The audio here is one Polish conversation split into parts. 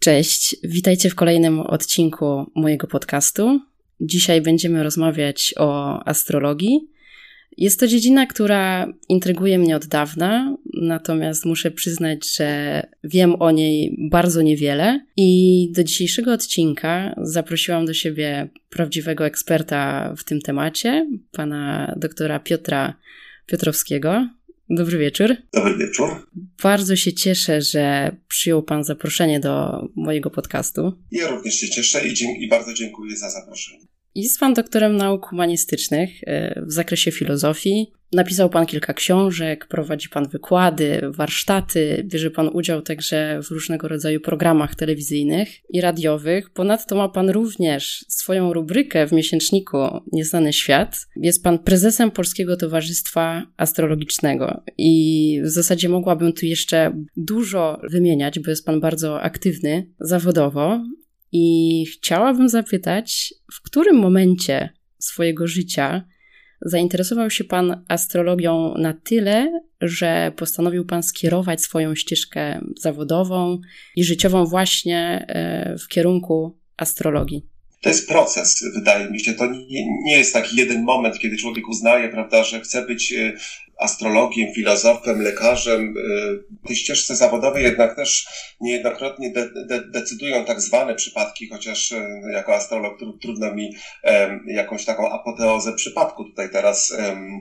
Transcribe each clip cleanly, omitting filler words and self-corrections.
Cześć, witajcie w kolejnym odcinku mojego podcastu. Dzisiaj będziemy rozmawiać o astrologii. Jest to dziedzina, która intryguje mnie od dawna, natomiast muszę przyznać, że wiem o niej bardzo niewiele i do dzisiejszego odcinka zaprosiłam do siebie prawdziwego eksperta w tym temacie, pana doktora Piotra Piotrowskiego. Dobry wieczór. Dobry wieczór. Bardzo się cieszę, że przyjął pan zaproszenie do mojego podcastu. Ja również się cieszę i bardzo dziękuję za zaproszenie. Jest pan doktorem nauk humanistycznych w zakresie filozofii. Napisał pan kilka książek, prowadzi pan wykłady, warsztaty, bierze pan udział także w różnego rodzaju programach telewizyjnych i radiowych. Ponadto ma pan również swoją rubrykę w miesięczniku Nieznany Świat. Jest pan prezesem Polskiego Towarzystwa Astrologicznego i w zasadzie mogłabym tu jeszcze dużo wymieniać, bo jest pan bardzo aktywny zawodowo. I chciałabym zapytać, w którym momencie swojego życia zainteresował się pan astrologią na tyle, że postanowił pan skierować swoją ścieżkę zawodową i życiową właśnie w kierunku astrologii? To jest proces, wydaje mi się. To nie jest taki jeden moment, kiedy człowiek uznaje, prawda, że chce być astrologiem, filozofem, lekarzem. W tej ścieżce zawodowej jednak też niejednokrotnie decydują tak zwane przypadki, chociaż jako astrolog trudno mi jakąś taką apoteozę przypadku tutaj teraz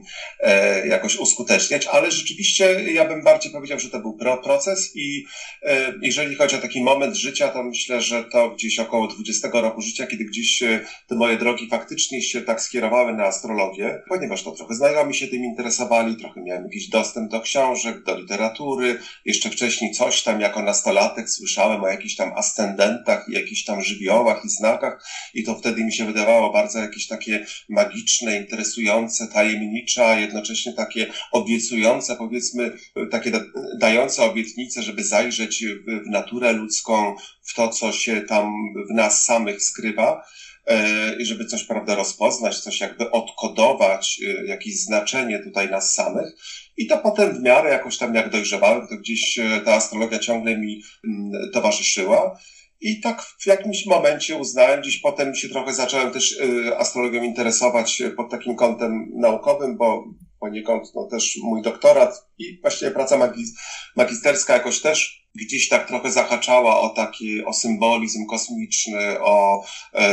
jakoś uskuteczniać, ale rzeczywiście ja bym bardziej powiedział, że to był proces i jeżeli chodzi o taki moment życia, to myślę, że to gdzieś około 20 roku życia, kiedy gdzieś te moje drogi faktycznie się tak skierowały na astrologię, ponieważ to trochę znajomi się tym interesowali, trochę miałem jakiś dostęp do książek, do literatury. Jeszcze wcześniej coś tam jako nastolatek słyszałem o jakichś tam ascendentach i jakichś tam żywiołach i znakach i to wtedy mi się wydawało bardzo jakieś takie magiczne, interesujące, tajemnicze, a jednocześnie takie obiecujące, powiedzmy, takie dające obietnice, żeby zajrzeć w naturę ludzką, w to, co się tam w nas samych skrywa. I żeby coś, prawda, rozpoznać, coś jakby odkodować, jakieś znaczenie tutaj nas samych. I to potem w miarę jakoś tam jak dojrzewałem, to gdzieś ta astrologia ciągle mi towarzyszyła. I tak w jakimś momencie uznałem, gdzieś potem się trochę zacząłem też astrologią interesować pod takim kątem naukowym, bo poniekąd też mój doktorat i właściwie praca magisterska jakoś też gdzieś tak trochę zahaczała o symbolizm kosmiczny, o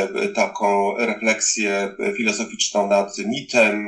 taką refleksję filozoficzną nad mitem,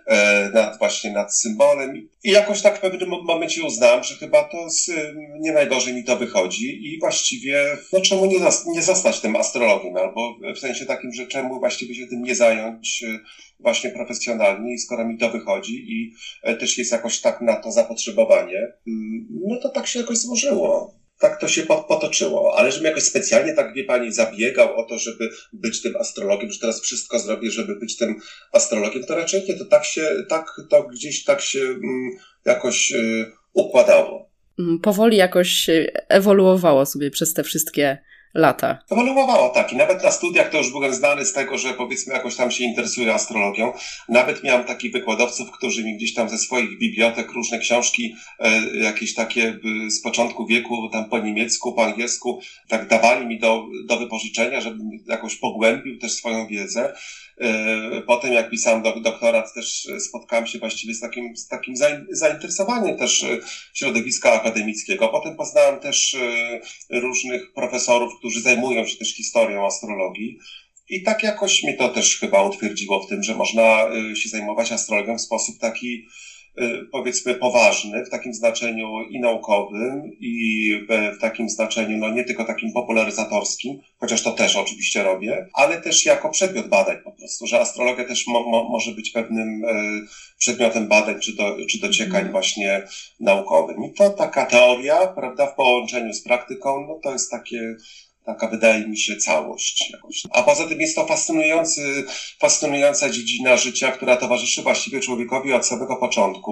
nad symbolem. I jakoś tak w pewnym momencie uznałem, że chyba to nie najgorzej mi to wychodzi i właściwie, czemu nie zostać tym astrologiem, albo w sensie takim, że czemu właściwie się tym nie zająć właśnie profesjonalnie i skoro mi to wychodzi i też jest jakoś tak na to zapotrzebowanie, to tak się jakoś złożyło. Tak to się potoczyło, ale żebym jakoś specjalnie, tak wie pani, zabiegał o to, żeby być tym astrologiem, że teraz wszystko zrobię, żeby być tym astrologiem, to raczej nie, to gdzieś tak się jakoś układało. Powoli jakoś ewoluowało sobie przez te wszystkie lata. Ewoluowało, tak. I nawet na studiach to już byłem znany z tego, że powiedzmy jakoś tam się interesuję astrologią. Nawet miałem takich wykładowców, którzy mi gdzieś tam ze swoich bibliotek różne książki, jakieś takie z początku wieku, tam po niemiecku, po angielsku, tak dawali mi do wypożyczenia, żebym jakoś pogłębił też swoją wiedzę. Potem jak pisałem doktorat, też spotkałem się właściwie z takim zainteresowaniem też środowiska akademickiego. Potem poznałem też różnych profesorów, którzy zajmują się też historią astrologii. I tak jakoś mnie to też chyba utwierdziło w tym, że można się zajmować astrologią w sposób taki, powiedzmy, poważny, w takim znaczeniu i naukowym, i w takim znaczeniu, nie tylko takim popularyzatorskim, chociaż to też oczywiście robię, ale też jako przedmiot badań po prostu, że astrologia też może być pewnym przedmiotem badań czy dociekań właśnie naukowym. I to taka teoria, prawda, w połączeniu z praktyką, to jest taka wydaje mi się całość jakoś. A poza tym jest to fascynująca dziedzina życia, która towarzyszy właściwie człowiekowi od samego początku.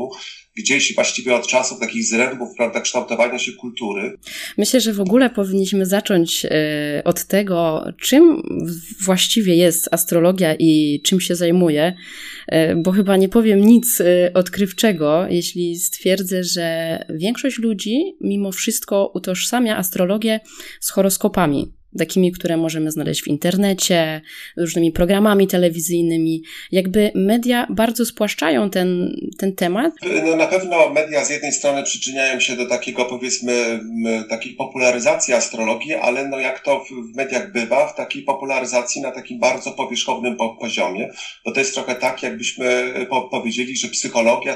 gdzieś właściwie od czasów takich zrębów, prawda, kształtowania się kultury. Myślę, że w ogóle powinniśmy zacząć od tego, czym właściwie jest astrologia i czym się zajmuje, bo chyba nie powiem nic odkrywczego, jeśli stwierdzę, że większość ludzi mimo wszystko utożsamia astrologię z horoskopami. Takimi, które możemy znaleźć w internecie, różnymi programami telewizyjnymi. Jakby media bardzo spłaszczają ten temat. No na pewno media z jednej strony przyczyniają się do takiego, powiedzmy, takiej popularyzacji astrologii, ale no jak to w mediach bywa, w takiej popularyzacji na takim bardzo powierzchownym poziomie, bo to jest trochę tak, jakbyśmy powiedzieli, że psychologia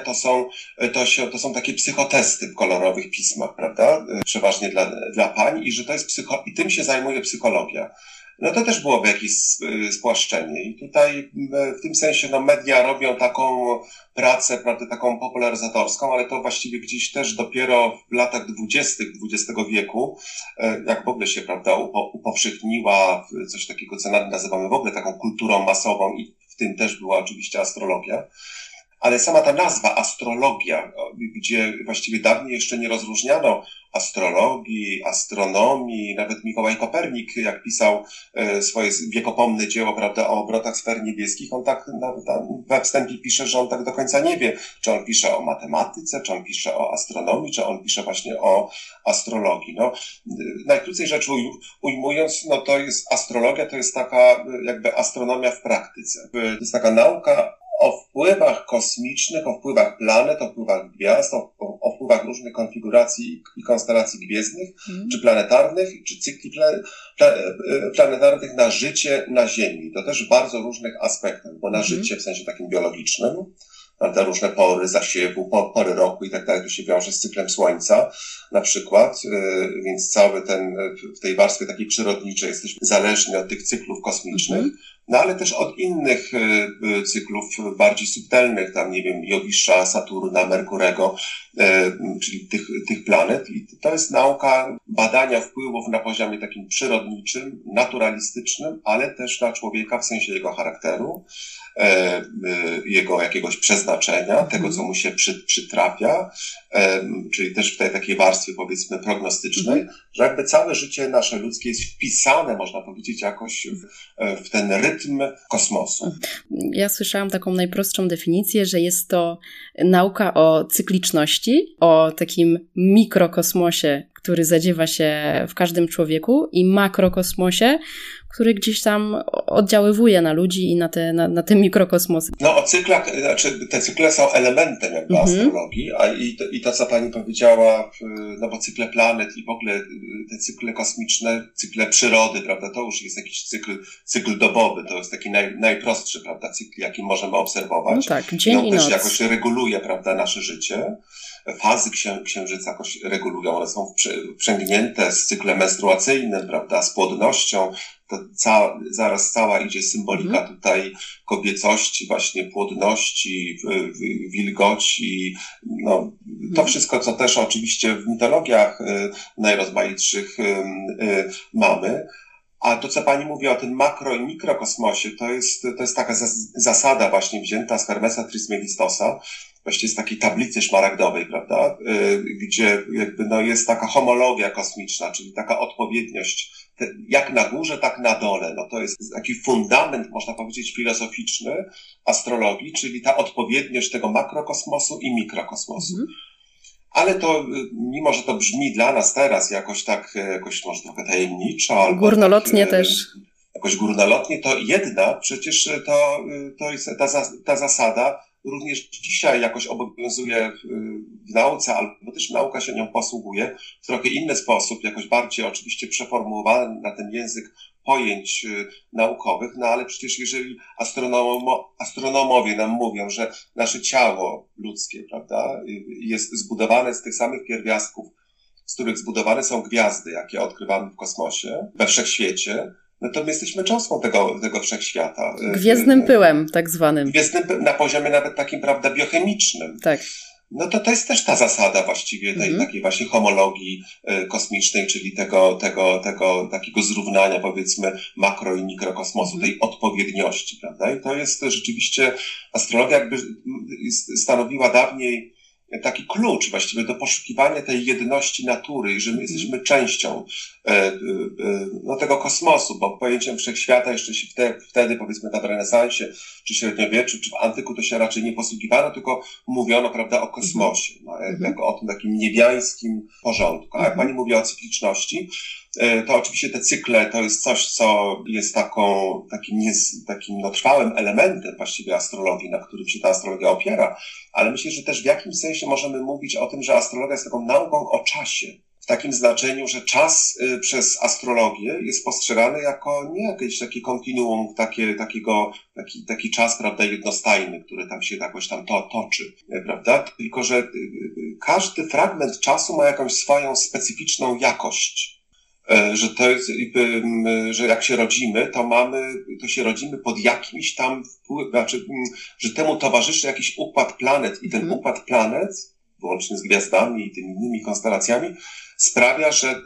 to są takie psychotesty w kolorowych pismach, prawda? Przeważnie dla pań i że to jest i tym się zajmuje psychologia. No to też byłoby jakieś spłaszczenie. I tutaj w tym sensie no media robią taką pracę, prawda, taką popularyzatorską, ale to właściwie gdzieś też dopiero w latach 20. XX wieku, jak w ogóle się, prawda, upowszechniła coś takiego, co nazywamy w ogóle taką kulturą masową i w tym też była oczywiście astrologia. Ale sama ta nazwa astrologia, gdzie właściwie dawniej jeszcze nie rozróżniano astrologii, astronomii, nawet Mikołaj Kopernik, jak pisał swoje wiekopomne dzieło, prawda, o obrotach sfer niebieskich, on tak we wstępie pisze, że on tak do końca nie wie, czy on pisze o matematyce, czy on pisze o astronomii, czy on pisze właśnie o astrologii. No, najkrócej rzecz ujmując, no to jest astrologia, to jest taka jakby astronomia w praktyce. To jest taka nauka o wpływach kosmicznych, o wpływach planet, o wpływach gwiazd, o wpływach różnych konfiguracji i konstelacji gwiezdnych, czy planetarnych, czy cykli planetarnych na życie na Ziemi. To też w bardzo różnych aspektach, bo na życie w sensie takim biologicznym, prawda, różne pory zasiewu, pory roku i tak dalej, to się wiąże z cyklem Słońca na przykład, więc cały w tej warstwie takiej przyrodniczej jesteśmy zależni od tych cyklów kosmicznych, no ale też od innych cyklów bardziej subtelnych, tam nie wiem, Jowisza, Saturna, Merkurego, czyli tych planet. I to jest nauka badania wpływów na poziomie takim przyrodniczym, naturalistycznym, ale też na człowieka w sensie jego charakteru, jego jakiegoś przeznaczenia, tego, co mu się przytrafia, czyli też w tej takiej warstwie, powiedzmy, prognostycznej, że jakby całe życie nasze ludzkie jest wpisane, można powiedzieć, jakoś w ten rytm kosmosu. Ja słyszałam taką najprostszą definicję, że jest to nauka o cykliczności, o takim mikrokosmosie, który zadziewa się w każdym człowieku, i makrokosmosie, który gdzieś tam oddziaływuje na ludzi i na te mikrokosmosy. No o cyklach, znaczy te cykle są elementem jakby astrologii, i to, co pani powiedziała, no bo cykle planet i w ogóle te cykle kosmiczne, cykle przyrody, prawda, to już jest jakiś cykl dobowy, to jest taki najprostszy, prawda, cykl, jaki możemy obserwować. No tak, dzień i noc. On też jakoś reguluje, prawda, nasze życie. Fazy księżyca jakoś regulują, one są wprzęgnięte z cyklem menstruacyjnym, prawda, z płodnością. To zaraz cała idzie symbolika tutaj kobiecości, właśnie płodności, wilgoci, no to wszystko, co też oczywiście w mitologiach najrozmaitszych mamy. A to, co pani mówi o tym makro- i mikrokosmosie, to jest taka zasada właśnie wzięta z Hermesa Trismegistosa, właściwie z takiej tablicy szmaragdowej, prawda, gdzie jakby no jest taka homologia kosmiczna, czyli taka odpowiedniość, jak na górze, tak na dole. No to jest taki fundament, można powiedzieć, filozoficzny astrologii, czyli ta odpowiedniość tego makrokosmosu i mikrokosmosu. Ale to, mimo że to brzmi dla nas teraz jakoś może trochę tajemniczo, albo górnolotnie tak, też. Jakoś górnolotnie, to przecież to jest ta zasada również dzisiaj jakoś obowiązuje w nauce, albo też nauka się nią posługuje w trochę inny sposób, jakoś bardziej oczywiście przeformułowany na ten język pojęć naukowych, no ale przecież jeżeli astronomowie nam mówią, że nasze ciało ludzkie, prawda, jest zbudowane z tych samych pierwiastków, z których zbudowane są gwiazdy, jakie odkrywamy w kosmosie, we wszechświecie, no to my jesteśmy cząstką tego wszechświata. Gwiezdnym pyłem, tak zwanym. Gwiezdnym na poziomie nawet takim, prawda, biochemicznym. Tak. No to jest też ta zasada właściwie tej takiej właśnie homologii kosmicznej, czyli tego takiego zrównania, powiedzmy, makro i mikrokosmosu, tej odpowiedniości, prawda? I to jest rzeczywiście, astrologia jakby stanowiła dawniej taki klucz właściwie do poszukiwania tej jedności natury i że my jesteśmy częścią tego kosmosu, bo pojęciem wszechświata jeszcze się wtedy, powiedzmy tam w renesansie, czy średniowieczu, czy w antyku to się raczej nie posługiwano, tylko mówiono, prawda, o kosmosie, jako o tym takim niebiańskim porządku. A jak pani mówi o cykliczności, to oczywiście te cykle to jest coś, co jest takim trwałym elementem właściwie astrologii, na którym się ta astrologia opiera, ale myślę, że też w jakimś sensie możemy mówić o tym, że astrologia jest taką nauką o czasie. W takim znaczeniu, że czas przez astrologię jest postrzegany jako nie jakieś takie kontinuum, taki czas, prawda, jednostajny, który tam się jakoś tam toczy, prawda? Tylko, że każdy fragment czasu ma jakąś swoją specyficzną jakość. Że to jest, że jak się rodzimy, to się rodzimy pod jakimś tam że temu towarzyszy jakiś układ planet i ten układ planet, włącznie z gwiazdami i tymi innymi konstelacjami, sprawia, że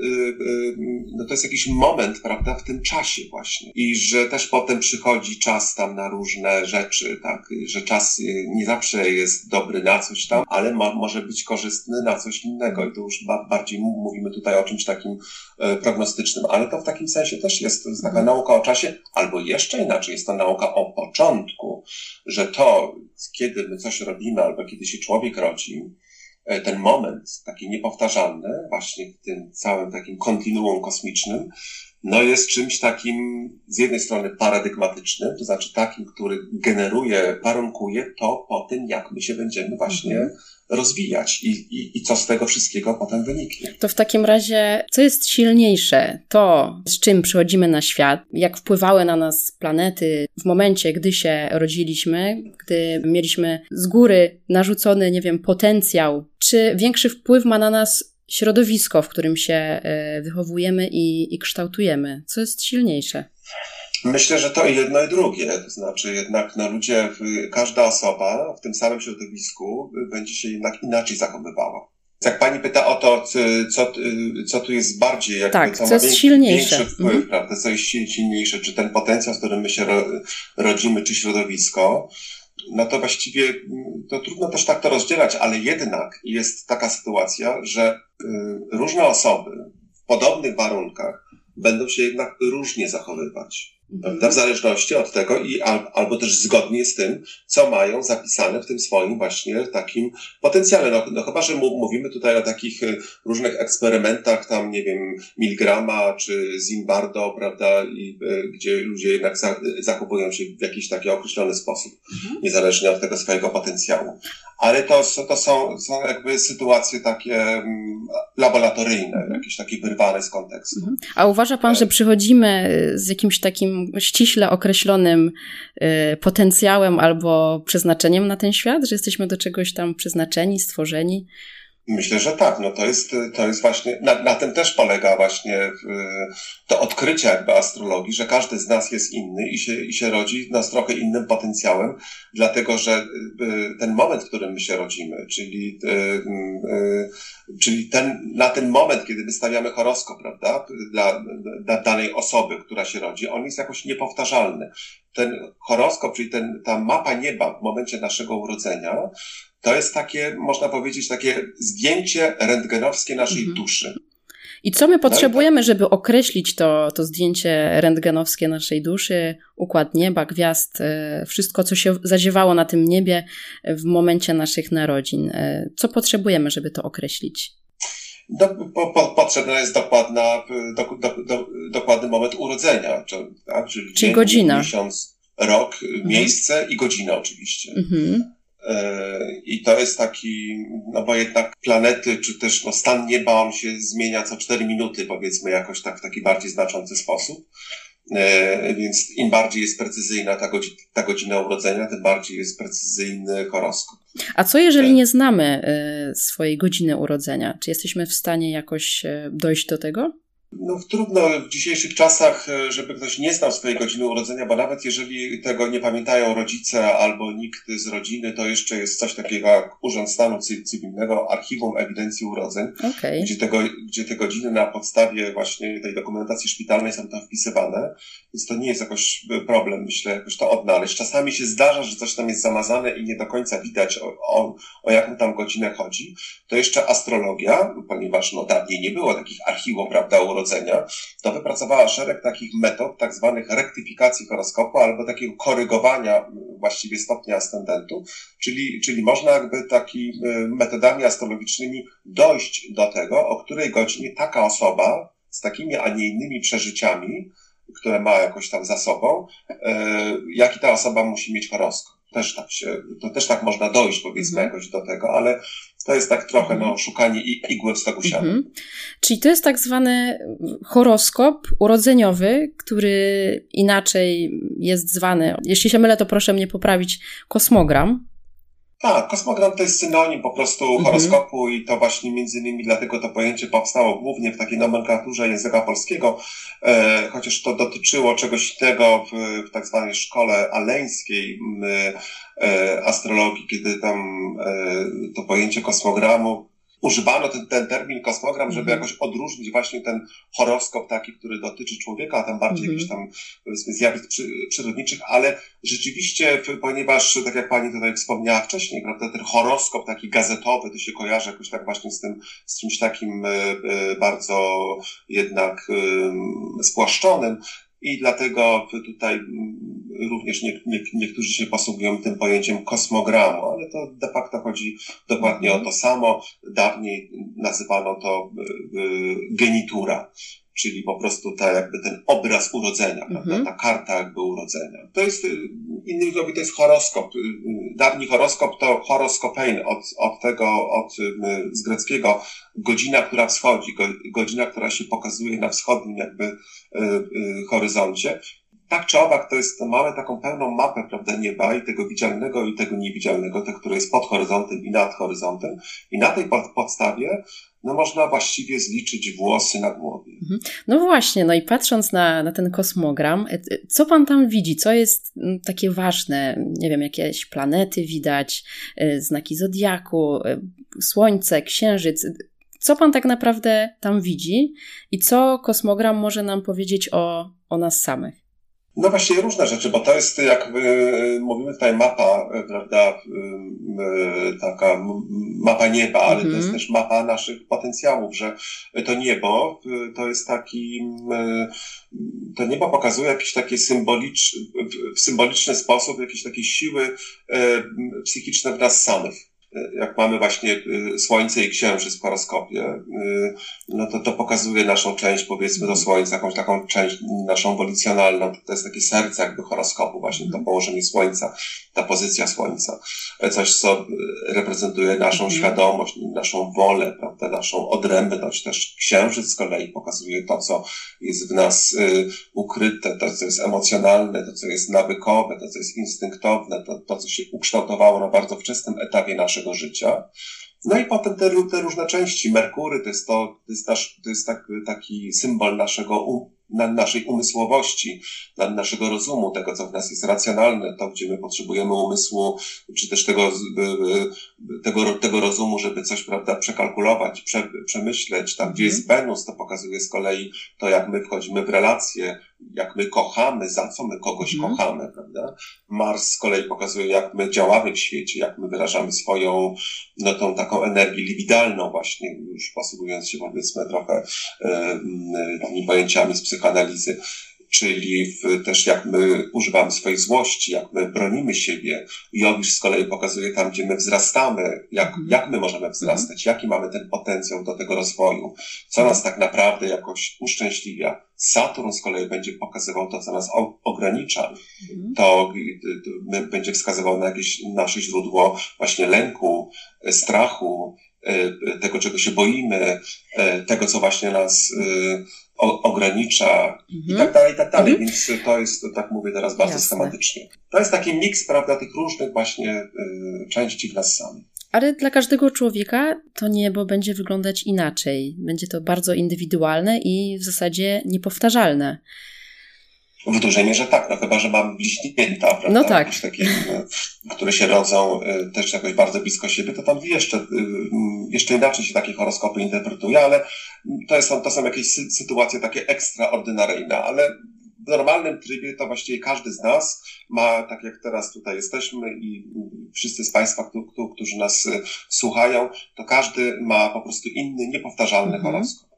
to jest jakiś moment, prawda, w tym czasie właśnie. I że też potem przychodzi czas tam na różne rzeczy, tak, że czas nie zawsze jest dobry na coś tam, ale może być korzystny na coś innego. I to już bardziej mówimy tutaj o czymś takim prognostycznym, ale to w takim sensie też jest, to jest taka nauka o czasie, albo jeszcze inaczej, jest to nauka o początku, że to, kiedy my coś robimy, albo kiedy się człowiek rodzi, ten moment taki niepowtarzalny, właśnie w tym całym takim kontinuum kosmicznym, jest czymś takim z jednej strony paradygmatycznym, to znaczy takim, który warunkuje to po tym, jak my się będziemy właśnie rozwijać i co z tego wszystkiego potem wyniknie. To w takim razie, co jest silniejsze? To, z czym przychodzimy na świat, jak wpływały na nas planety w momencie, gdy się rodziliśmy, gdy mieliśmy z góry narzucony, potencjał, czy większy wpływ ma na nas środowisko, w którym się wychowujemy i kształtujemy? Co jest silniejsze? Myślę, że to i jedno i drugie. To znaczy jednak ludzie, każda osoba w tym samym środowisku będzie się jednak inaczej zachowywała. Jak pani pyta o to, co tu jest bardziej, co ma większy wpływ, prawda, co jest silniejsze, czy ten potencjał, z którym my się rodzimy, czy środowisko, to właściwie to trudno też tak to rozdzielać, ale jednak jest taka sytuacja, że różne osoby w podobnych warunkach będą się jednak różnie zachowywać. Prawda? W zależności od tego albo też zgodnie z tym, co mają zapisane w tym swoim właśnie takim potencjale. Chyba, że mówimy tutaj o takich różnych eksperymentach, tam nie wiem, Milgrama czy Zimbardo, prawda, gdzie ludzie jednak zachowują się w jakiś taki określony sposób, niezależnie od tego swojego potencjału. Ale to są jakby sytuacje takie laboratoryjne, jakieś takie wyrwane z kontekstu. A uważa pan, że przychodzimy z jakimś takim ściśle określonym potencjałem albo przeznaczeniem na ten świat? Że jesteśmy do czegoś tam przeznaczeni, stworzeni? Myślę, że tak. To jest właśnie, na tym też polega właśnie to odkrycie jakby astrologii, że każdy z nas jest inny i się rodzi z trochę innym potencjałem, dlatego że ten moment, w którym my się rodzimy, czyli na ten moment, kiedy my stawiamy horoskop, prawda, dla danej osoby, która się rodzi, on jest jakoś niepowtarzalny. Ten horoskop, czyli ta mapa nieba w momencie naszego urodzenia, to jest takie, można powiedzieć, takie zdjęcie rentgenowskie naszej duszy. I co my potrzebujemy, żeby określić to zdjęcie rentgenowskie naszej duszy, układ nieba, gwiazd, wszystko, co się zadziewało na tym niebie w momencie naszych narodzin? Co potrzebujemy, żeby to określić? Potrzebna jest dokładny moment urodzenia, czyli dzień, godzina, miesiąc, rok, miejsce i godzina oczywiście. I to jest taki, bo jednak planety, czy też stan nieba, on się zmienia co 4 minuty, powiedzmy, jakoś tak w taki bardziej znaczący sposób. Więc im bardziej jest precyzyjna ta godzina urodzenia, tym bardziej jest precyzyjny horoskop. A co jeżeli nie znamy swojej godziny urodzenia? Czy jesteśmy w stanie jakoś dojść do tego? No trudno w dzisiejszych czasach, żeby ktoś nie znał swojej godziny urodzenia, bo nawet jeżeli tego nie pamiętają rodzice albo nikt z rodziny, to jeszcze jest coś takiego jak Urząd Stanu Cywilnego, Archiwum Ewidencji Urodzeń, Okay. gdzie te godziny na podstawie właśnie tej dokumentacji szpitalnej są tam wpisywane, więc to nie jest jakoś problem, myślę, jakoś to odnaleźć. Czasami się zdarza, że coś tam jest zamazane i nie do końca widać, o jaką tam godzinę chodzi. To jeszcze astrologia, ponieważ dawniej nie było takich archiwum, prawda, urodzenia, to wypracowała szereg takich metod, tak zwanych rektyfikacji horoskopu albo takiego korygowania właściwie stopnia ascendentu, czyli można jakby takimi metodami astrologicznymi dojść do tego, o której godzinie taka osoba z takimi, a nie innymi przeżyciami, które ma jakoś tam za sobą, jaki ta osoba musi mieć horoskop. To też tak można dojść, powiedzmy, jakoś do tego, ale to jest tak trochę szukanie igły w stogu siana. Czyli to jest tak zwany horoskop urodzeniowy, który inaczej jest zwany, jeśli się mylę, to proszę mnie poprawić, kosmogram. Tak, kosmogram to jest synonim po prostu horoskopu i to właśnie między innymi dlatego to pojęcie powstało głównie w takiej nomenklaturze języka polskiego, chociaż to dotyczyło czegoś innego w tak zwanej szkole aleńskiej astrologii, kiedy tam to pojęcie kosmogramu używano ten termin kosmogram, żeby jakoś odróżnić właśnie ten horoskop taki, który dotyczy człowieka, a tam bardziej jakichś tam, powiedzmy, zjawisk przyrodniczych, ale rzeczywiście, ponieważ, tak jak pani tutaj wspomniała wcześniej, prawda, ten horoskop taki gazetowy, to się kojarzy jakoś tak właśnie z czymś takim bardzo jednak spłaszczonym. I dlatego tutaj również niektórzy się posługują tym pojęciem kosmogramu, ale to de facto chodzi dokładnie o to samo. Dawniej nazywano to genitura, czyli po prostu jakby ten obraz urodzenia, prawda? Ta karta jakby urodzenia. To jest, innymi słowy, to jest horoskop. Dawniej horoskop to horoskopein, z greckiego godzina, która wschodzi, godzina, która się pokazuje na wschodnim jakby horyzoncie. Tak czy owak, mamy taką pełną mapę, prawda, nieba i tego widzialnego i tego niewidzialnego, te, które jest pod horyzontem i nad horyzontem. I na tej podstawie można właściwie zliczyć włosy na głowie. No właśnie, i patrząc na ten kosmogram, co pan tam widzi? Co jest takie ważne? Nie wiem, jakieś planety widać, znaki zodiaku, słońce, księżyc. Co pan tak naprawdę tam widzi i co kosmogram może nam powiedzieć o nas samych? No właśnie różne rzeczy, bo to jest, jak mówimy tutaj mapa, prawda, taka mapa nieba, ale to jest też mapa naszych potencjałów, że to niebo to jest to niebo pokazuje jakiś taki w symboliczny sposób jakieś takie siły psychiczne w nas samych. Jak mamy właśnie Słońce i Księżyc w horoskopie, to pokazuje naszą część, powiedzmy, do Słońca, jakąś taką część naszą wolicjonalną. To jest takie serce jakby horoskopu, właśnie to położenie Słońca, ta pozycja Słońca. Coś, co reprezentuje naszą świadomość, naszą wolę, prawda, naszą odrębność. Też Księżyc z kolei pokazuje to, co jest w nas ukryte, to, co jest emocjonalne, to, co jest nawykowe, to, co jest instynktowne, to co się ukształtowało na bardzo wczesnym etapie naszego życia. No i potem te różne części. Merkury to jest taki symbol naszej umysłowości, naszego rozumu, tego, co w nas jest racjonalne, to, gdzie my potrzebujemy umysłu, czy też tego rozumu, żeby coś, prawda, przekalkulować, przemyśleć. Tam, gdzie jest Wenus, to pokazuje z kolei to, jak my wchodzimy w relacje, jak my kochamy, za co my kogoś kochamy, prawda? Mars z kolei pokazuje, jak my działamy w świecie, jak my wyrażamy swoją, tą taką energię libidalną właśnie, już posługując się, powiedzmy, trochę tymi pojęciami z psychoanalizy, czyli też jak my używamy swojej złości, jak my bronimy siebie. Jowisz z kolei pokazuje tam, gdzie my wzrastamy, jak my możemy wzrastać, jaki mamy ten potencjał do tego rozwoju, co nas tak naprawdę jakoś uszczęśliwia. Saturn z kolei będzie pokazywał to, co nas ogranicza. To będzie wskazywał na jakieś nasze źródło właśnie lęku, strachu, tego, czego się boimy, tego, co właśnie nas ogranicza i tak dalej, więc to jest, tak mówię teraz bardzo schematycznie. To jest taki miks, prawda, tych różnych właśnie części w nas samych. Ale dla każdego człowieka to niebo będzie wyglądać inaczej. Będzie to bardzo indywidualne i w zasadzie niepowtarzalne. W dużej mierze tak, no chyba, że mamy bliźnięta, prawda? No tak. Jakieś takie, które się rodzą też jakoś bardzo blisko siebie, to tam jeszcze inaczej się takie horoskopy interpretuje, ale to są jakieś sytuacje takie ekstraordynaryjne, ale w normalnym trybie to właściwie każdy z nas ma, tak jak teraz tutaj jesteśmy i wszyscy z Państwa, którzy nas słuchają, to każdy ma po prostu inny, niepowtarzalny horoskop.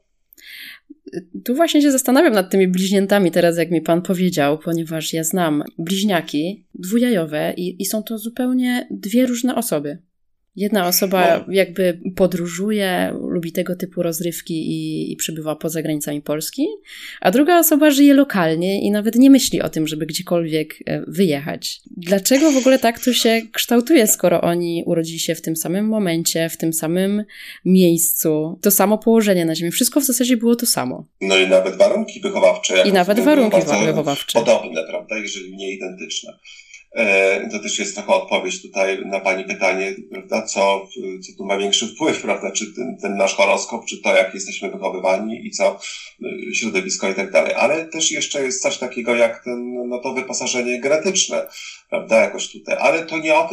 Tu właśnie się zastanawiam nad tymi bliźniętami teraz, jak mi Pan powiedział, ponieważ ja znam bliźniaki dwujajowe i są to zupełnie dwie różne osoby. Jedna osoba jakby podróżuje, lubi tego typu rozrywki i przebywa poza granicami Polski, a druga osoba żyje lokalnie i nawet nie myśli o tym, żeby gdziekolwiek wyjechać. Dlaczego w ogóle tak to się kształtuje, skoro oni urodzili się w tym samym momencie, w tym samym miejscu, to samo położenie na ziemi, wszystko w zasadzie było to samo. No i nawet warunki wychowawcze. I nawet warunki wychowawcze. Podobne, prawda, jeżeli nie identyczne. To też jest trochę odpowiedź tutaj na Pani pytanie, prawda, co tu ma większy wpływ, prawda, czy ten nasz horoskop, czy to, jak jesteśmy wychowywani i co środowisko i tak dalej. Ale też jeszcze jest coś takiego jak to wyposażenie genetyczne, prawda, jakoś tutaj. Ale to nie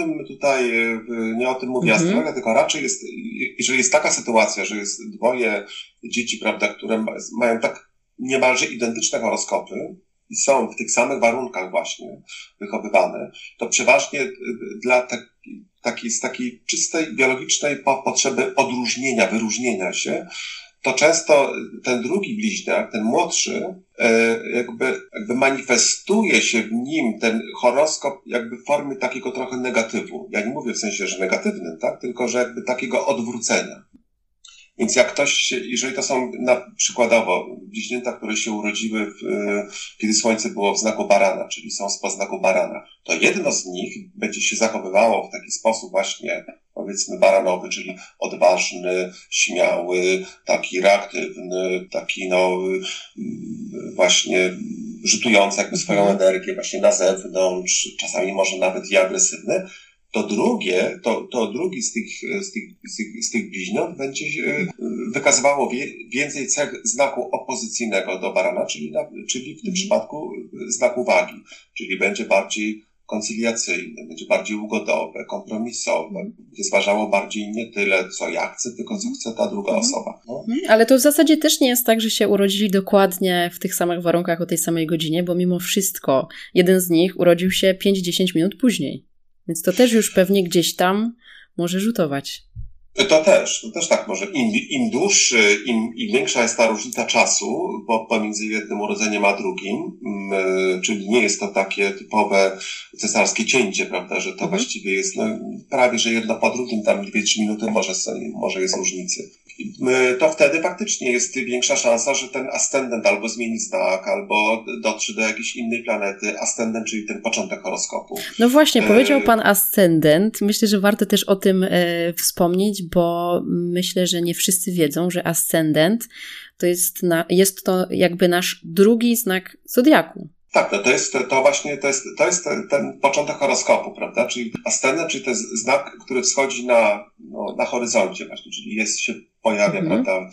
o tym mówi astrologia, tylko raczej jeżeli jest taka sytuacja, że jest dwoje dzieci, prawda, które mają tak niemalże identyczne horoskopy, i są w tych samych warunkach właśnie wychowywane, to przeważnie dla takiej czystej biologicznej potrzeby odróżnienia, wyróżnienia się, to często ten drugi bliźniak, ten młodszy, jakby manifestuje się w nim ten horoskop jakby w formie takiego trochę negatywu. Ja nie mówię w sensie, że negatywnym, tak? Tylko że jakby takiego odwrócenia. Więc jak jeżeli to są przykładowo bliźnięta, które się urodziły kiedy Słońce było w znaku barana, czyli są spod znaku barana, to jedno z nich będzie się zachowywało w taki sposób właśnie, powiedzmy, baranowy, czyli odważny, śmiały, taki reaktywny, taki właśnie rzutujący jakby swoją energię właśnie na zewnątrz, czasami może nawet i agresywny. To drugi z tych bliźniąt będzie wykazywało więcej cech znaku opozycyjnego do barana, czyli w tym przypadku znaku wagi, czyli będzie bardziej koncyliacyjne, będzie bardziej ugodowe, kompromisowe, będzie zważało bardziej nie tyle, co ja chcę, tylko co chce ta druga osoba. No. Ale to w zasadzie też nie jest tak, że się urodzili dokładnie w tych samych warunkach o tej samej godzinie, bo mimo wszystko jeden z nich urodził się 5-10 minut później. Więc to też już pewnie gdzieś tam może rzutować. To też tak może. Im dłuższy, im większa jest ta różnica czasu pomiędzy jednym urodzeniem a drugim, czyli nie jest to takie typowe cesarskie cięcie, prawda, że to właściwie jest prawie, że jedno po drugim, tam 2-3 minuty może jest różnicy. To wtedy faktycznie jest większa szansa, że ten ascendent albo zmieni znak, albo dotrze do jakiejś innej planety. Ascendent, czyli ten początek horoskopu. No właśnie, powiedział Pan ascendent. Myślę, że warto też o tym wspomnieć, bo myślę, że nie wszyscy wiedzą, że ascendent jest to jakby nasz drugi znak zodiaku. Tak, no to jest ten początek horoskopu, prawda? Czyli ascendent, czyli to jest znak, który wschodzi na horyzoncie właśnie, czyli się pojawia, prawda,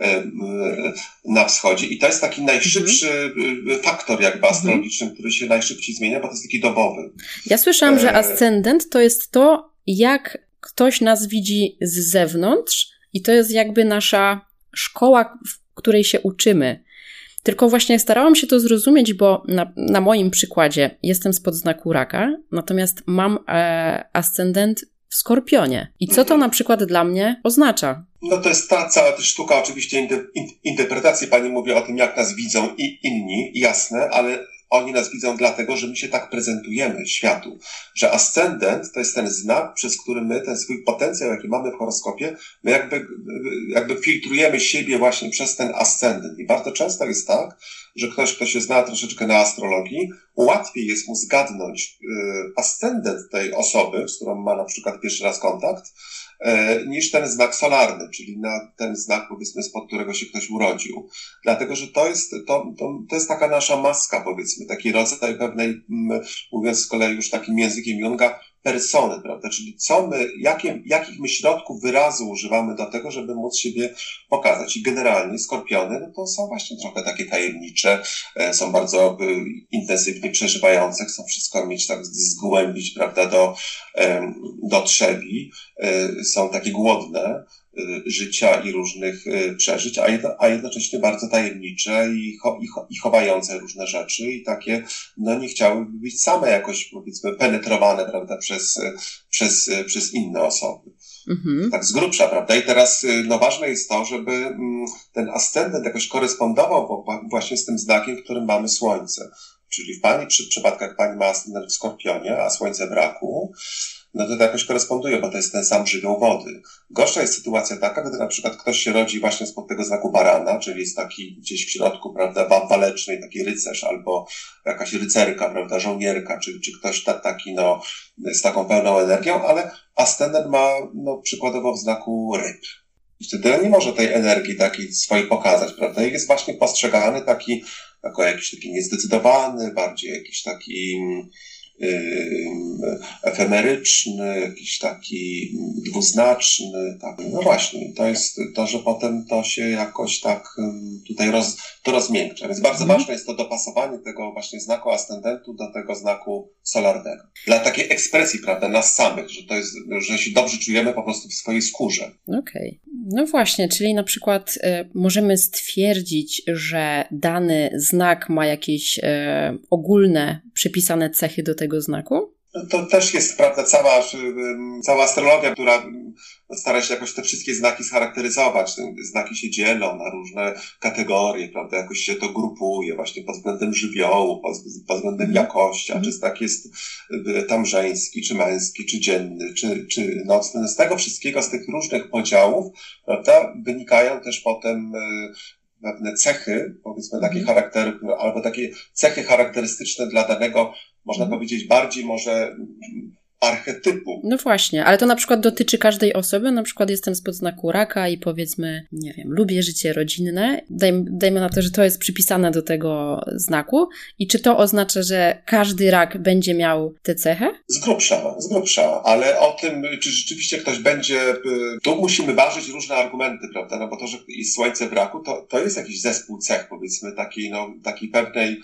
na wschodzie. I to jest taki najszybszy faktor jakby astrologiczny, który się najszybciej zmienia, bo to jest taki dobowy. Ja słyszałam, że ascendent to jest to, jak ktoś nas widzi z zewnątrz i to jest jakby nasza szkoła, w której się uczymy. Tylko właśnie starałam się to zrozumieć, bo na moim przykładzie jestem spod znaku raka, natomiast mam ascendent w Skorpionie. I co to na przykład dla mnie oznacza? No to jest ta cała też sztuka oczywiście interpretacji. Pani mówi o tym, jak nas widzą i inni, jasne, ale oni nas widzą dlatego, że my się tak prezentujemy światu, że ascendent to jest ten znak, przez który my ten swój potencjał, jaki mamy w horoskopie, my jakby filtrujemy siebie właśnie przez ten ascendent. I bardzo często jest tak, że ktoś, kto się zna troszeczkę na astrologii, łatwiej jest mu zgadnąć ascendent tej osoby, z którą ma na przykład pierwszy raz kontakt, niż ten znak solarny, czyli na ten znak, powiedzmy, spod którego się ktoś urodził. Dlatego, że to jest taka nasza maska, powiedzmy, taki rodzaj pewnej, mówiąc z kolei już takim językiem Junga, persony, prawda? Czyli jakich my środków wyrazu używamy do tego, żeby móc siebie pokazać. I generalnie skorpiony, no to są właśnie trochę takie tajemnicze, są bardzo intensywnie przeżywające, chcą wszystko mieć tak zgłębić, prawda, do trzewi, są takie głodne życia i różnych przeżyć, a jednocześnie bardzo tajemnicze i chowające różne rzeczy i takie, no nie chciałyby być same jakoś, powiedzmy, penetrowane, prawda, przez inne osoby. Tak z grubsza, prawda? I teraz, no ważne jest to, żeby ten ascendent jakoś korespondował właśnie z tym znakiem, w którym mamy Słońce. Czyli w przypadkach Pani ma ascendent w Skorpionie, a Słońce w Raku, no to jakoś koresponduje, bo to jest ten sam żywioł wody. Gorsza jest sytuacja taka, gdy na przykład ktoś się rodzi właśnie spod tego znaku barana, czyli jest taki gdzieś w środku, prawda, walecznej, taki rycerz albo jakaś rycerka, prawda, żołnierka, czy ktoś taki, no, z taką pełną energią, ale ascendent ma, no, przykładowo w znaku ryb. I wtedy on nie może tej energii takiej swojej pokazać, prawda, i jest właśnie postrzegany jako jakiś taki niezdecydowany, bardziej jakiś taki efemeryczny, jakiś taki dwuznaczny, tak. No właśnie, to jest to, że potem to się jakoś tak tutaj to rozmiękcza. Więc bardzo ważne jest to dopasowanie tego właśnie znaku ascendentu do tego znaku solarnego. Dla takiej ekspresji, prawda, nas samych, że to jest, że się dobrze czujemy po prostu w swojej skórze. Okej. No właśnie, czyli na przykład możemy stwierdzić, że dany znak ma jakieś ogólne przypisane cechy do tego znaku? To też jest, prawda, cała astrologia, która stara się jakoś te wszystkie znaki scharakteryzować. Te znaki się dzielą na różne kategorie, prawda, jakoś się to grupuje właśnie pod względem żywiołu, pod względem jakości, czy znak jest tam żeński, czy męski, czy dzienny, czy nocny. Z tego wszystkiego, z tych różnych podziałów, prawda, wynikają też potem pewne cechy, powiedzmy takie charaktery, albo takie cechy charakterystyczne dla danego, można powiedzieć, bardziej może archetypu. No właśnie, ale to na przykład dotyczy każdej osoby, na przykład jestem spod znaku raka i powiedzmy, nie wiem, lubię życie rodzinne, dajmy na to, że to jest przypisane do tego znaku i czy to oznacza, że każdy rak będzie miał tę cechę? Z grubsza, ale o tym, czy rzeczywiście ktoś będzie, tu musimy ważyć różne argumenty, prawda, no bo to, że jest Słońce w raku, to jest jakiś zespół cech, powiedzmy, takiej pewnej,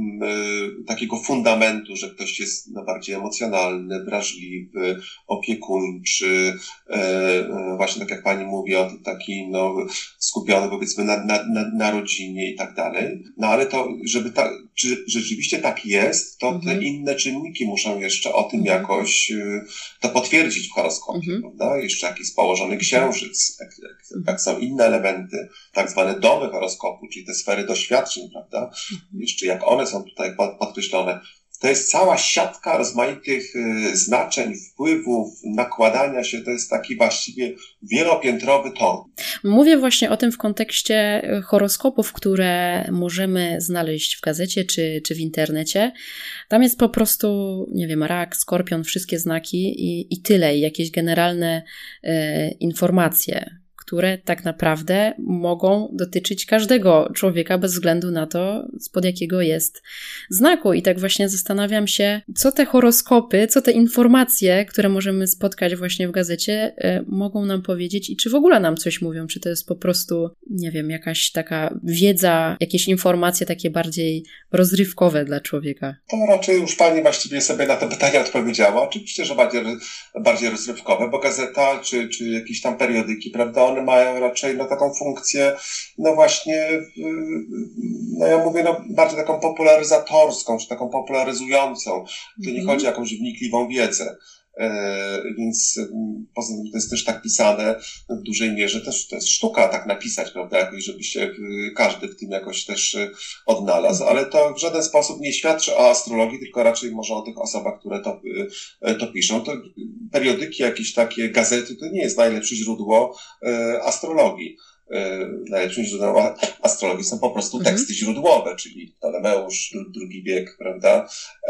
takiego fundamentu, że ktoś jest bardziej emocjonalny, wrażliwy, opiekuńczy, właśnie tak jak Pani mówi, taki skupiony, powiedzmy, na rodzinie i tak dalej. No ale to, czy rzeczywiście tak jest, to te inne czynniki muszą jeszcze o tym jakoś to potwierdzić w horoskopie, prawda? Jeszcze jakiś jest położony księżyc, jak są inne elementy, tak zwane domy horoskopu, czyli te sfery doświadczeń, prawda? Jeszcze jak one są tutaj podkreślone. To jest cała siatka rozmaitych znaczeń, wpływów, nakładania się. To jest taki właściwie wielopiętrowy tor. Mówię właśnie o tym w kontekście horoskopów, które możemy znaleźć w gazecie czy w internecie. Tam jest po prostu, nie wiem, rak, skorpion, wszystkie znaki i tyle. I jakieś generalne informacje, które tak naprawdę mogą dotyczyć każdego człowieka bez względu na to, spod jakiego jest znaku. I tak właśnie zastanawiam się, co te horoskopy, co te informacje, które możemy spotkać właśnie w gazecie, mogą nam powiedzieć i czy w ogóle nam coś mówią, czy to jest po prostu, nie wiem, jakaś taka wiedza, jakieś informacje takie bardziej rozrywkowe dla człowieka. To raczej już Pani właściwie sobie na te pytania odpowiedziała. Oczywiście, że bardziej rozrywkowe, bo gazeta czy jakieś tam periodyki, prawda, one mają raczej taką funkcję, właśnie, ja mówię, bardziej taką popularyzatorską, czy taką popularyzującą. To nie chodzi o jakąś wnikliwą wiedzę. Więc poza tym to jest też tak pisane w dużej mierze, też to jest sztuka tak napisać, prawda, jakoś, żeby się każdy w tym jakoś też odnalazł, ale to w żaden sposób nie świadczy o astrologii, tylko raczej może o tych osobach, które to piszą. To periodyki, jakieś takie gazety, to nie jest najlepsze źródło astrologii. Najlepszym źródłem astrologii są po prostu teksty źródłowe, czyli Ptolemeusz, II wiek, prawda,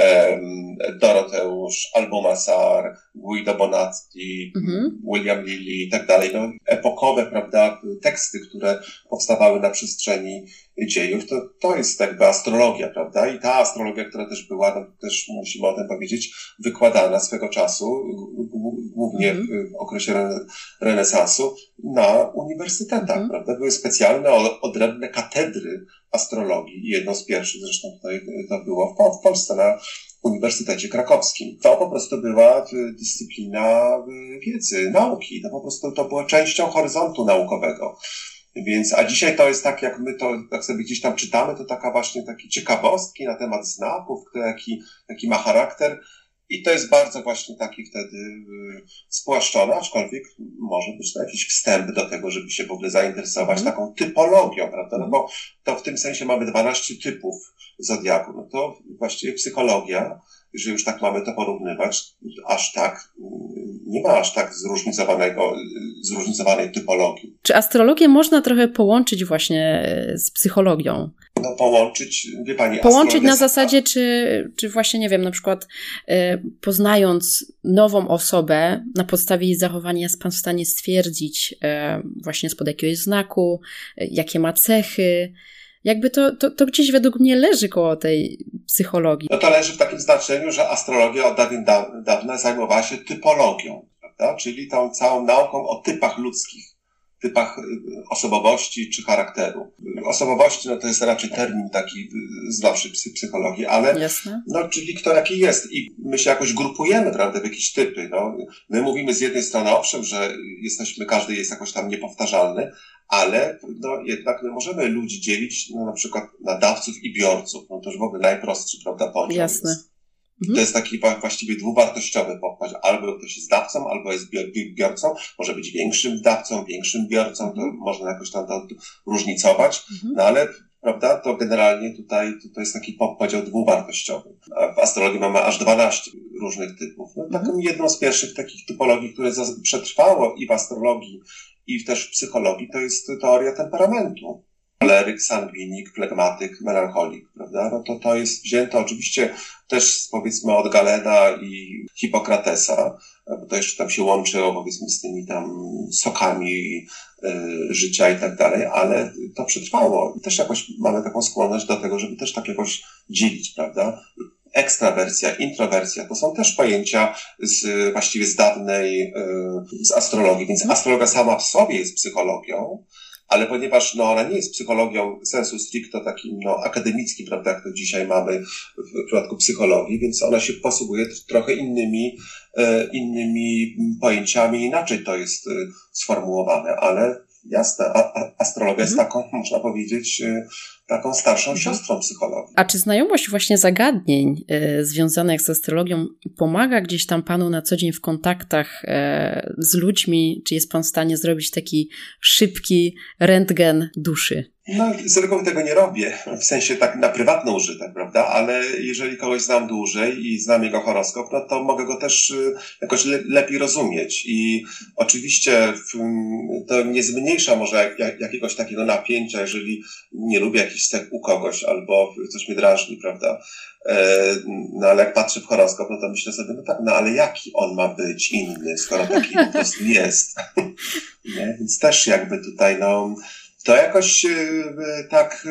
Doroteusz, Albumasar, Guido Bonatti, William Lilly i tak dalej. Epokowe, prawda, teksty, które powstawały na przestrzeni dziejów, to jest jakby astrologia, prawda? I ta astrologia, która też była, no też musimy o tym powiedzieć, wykładana swego czasu, głównie w okresie renesansu, na uniwersytetach, prawda? Były specjalne, odrębne katedry astrologii. Jedną z pierwszych zresztą tutaj to było w Polsce na Uniwersytecie Krakowskim. To po prostu była dyscyplina wiedzy, nauki. To po prostu to było częścią horyzontu naukowego. Więc, a dzisiaj to jest tak, jak my to, jak sobie gdzieś tam czytamy, to taka właśnie takie ciekawostki na temat znaków, kto jaki ma charakter. I to jest bardzo właśnie taki wtedy spłaszczone, aczkolwiek może być to jakiś wstęp do tego, żeby się w ogóle zainteresować taką typologią, prawda? No bo to w tym sensie mamy 12 typów zodiaku. No to właściwie psychologia, jeżeli już tak mamy to porównywać, aż tak, nie ma aż tak zróżnicowanej typologii. Czy astrologię można trochę połączyć właśnie z psychologią? No połączyć, wie pani... Połączyć na zasadzie, czy właśnie, nie wiem, na przykład poznając nową osobę, na podstawie jej zachowania jest pan w stanie stwierdzić właśnie spod jakiegoś znaku, jakie ma cechy. Jakby to gdzieś według mnie leży koło tej psychologii. No to leży w takim znaczeniu, że astrologia od dawna zajmowała się typologią, prawda? Czyli tą całą nauką o typach ludzkich, typach osobowości czy charakteru. Osobowości, no to jest raczej termin taki znawszy psychologii, ale jasne. No, czyli kto jaki jest i my się jakoś grupujemy, prawda, w jakieś typy. No. My mówimy z jednej strony owszem, że każdy jest jakoś tam niepowtarzalny, ale no, jednak my możemy ludzi dzielić na przykład na dawców i biorców. No to już w ogóle najprostszy, prawda, podział jasne. jest. To jest taki właściwie dwuwartościowy pokład. Albo ktoś jest dawcą, albo jest biorcą. Może być większym dawcą, większym biorcą. To można jakoś tam to różnicować. No ale, prawda, to generalnie tutaj to jest taki podział dwuwartościowy. A w astrologii mamy aż 12 różnych typów. No, taką jedną z pierwszych takich typologii, które przetrwało i w astrologii, i też w psychologii, to jest teoria temperamentu. Choleryk, sangwinik, flegmatyk, melancholik, prawda? No to jest wzięte oczywiście też powiedzmy od Galena i Hipokratesa, bo to jeszcze tam się łączy powiedzmy z tymi tam sokami życia i tak dalej, ale to przetrwało. I też jakoś mamy taką skłonność do tego, żeby też tak jakoś dzielić, prawda? Ekstrawersja, introwersja, to są też pojęcia właściwie z dawnej, z astrologii, więc astrologia sama w sobie jest psychologią, ale ponieważ no, ona nie jest psychologią sensu stricto takim no, akademickim, prawda, jak to dzisiaj mamy w przypadku psychologii, więc ona się posługuje trochę innymi pojęciami, inaczej to jest sformułowane, ale jasne, astrologia jest taką, można powiedzieć, taką starszą siostrą psychologii. A czy znajomość właśnie zagadnień związanych z astrologią pomaga gdzieś tam panu na co dzień w kontaktach z ludźmi? Czy jest pan w stanie zrobić taki szybki rentgen duszy? No, z reguły tego nie robię, w sensie tak na prywatny użytek, prawda, ale jeżeli kogoś znam dłużej i znam jego horoskop, no to mogę go też jakoś lepiej rozumieć i oczywiście to nie zmniejsza może jakiegoś takiego napięcia, jeżeli nie lubię jakichś cech u kogoś albo coś mnie drażni, prawda, no ale jak patrzę w horoskop, no to myślę sobie, no tak, no ale jaki on ma być inny, skoro taki po prostu jest, nie? Więc też jakby tutaj, no, to jakoś tak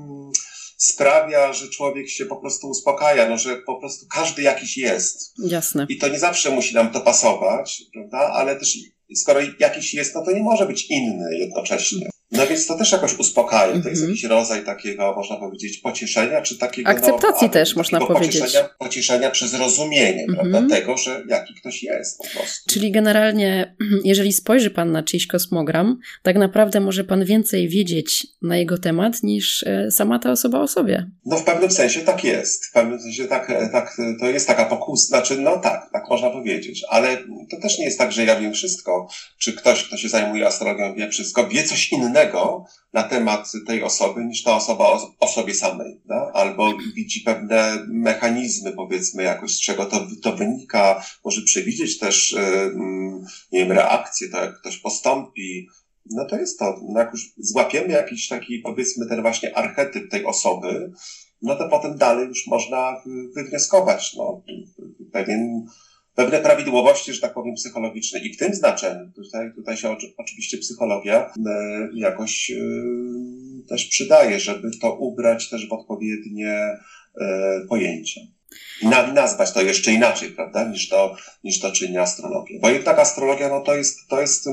sprawia, że człowiek się po prostu uspokaja, no, że po prostu każdy jakiś jest. Jasne. I to nie zawsze musi nam to pasować, prawda? Ale też skoro jakiś jest, no to nie może być inny jednocześnie. No więc to też jakoś uspokaja. To jest jakiś rodzaj takiego, można powiedzieć, pocieszenia, czy takiego... Akceptacji też, można powiedzieć. Pocieszenia przez rozumienie, prawda? Tego, że jaki ktoś jest po prostu. Czyli generalnie, jeżeli spojrzy pan na czyjś kosmogram, tak naprawdę może pan więcej wiedzieć na jego temat, niż sama ta osoba o sobie. No w pewnym sensie tak jest. W pewnym sensie tak to jest taka pokusa. Znaczy, no tak można powiedzieć. Ale to też nie jest tak, że ja wiem wszystko. Czy ktoś, kto się zajmuje astrologią, wie wszystko, wie coś innego na temat tej osoby, niż ta osoba o sobie samej, da? Albo widzi pewne mechanizmy, powiedzmy, jakoś z czego to wynika, może przewidzieć też, nie wiem, reakcję, to jak ktoś postąpi. No to jest to, no jak już złapiemy jakiś taki, powiedzmy, ten właśnie archetyp tej osoby, no to potem dalej już można wywnioskować, no, pewne prawidłowości, że tak powiem, psychologiczne. I w tym znaczeniu, tutaj się oczywiście psychologia jakoś też przydaje, żeby to ubrać też w odpowiednie pojęcia. Nazwać to jeszcze inaczej, prawda, niż to czyni astrologia. Bo jednak astrologia, no to jest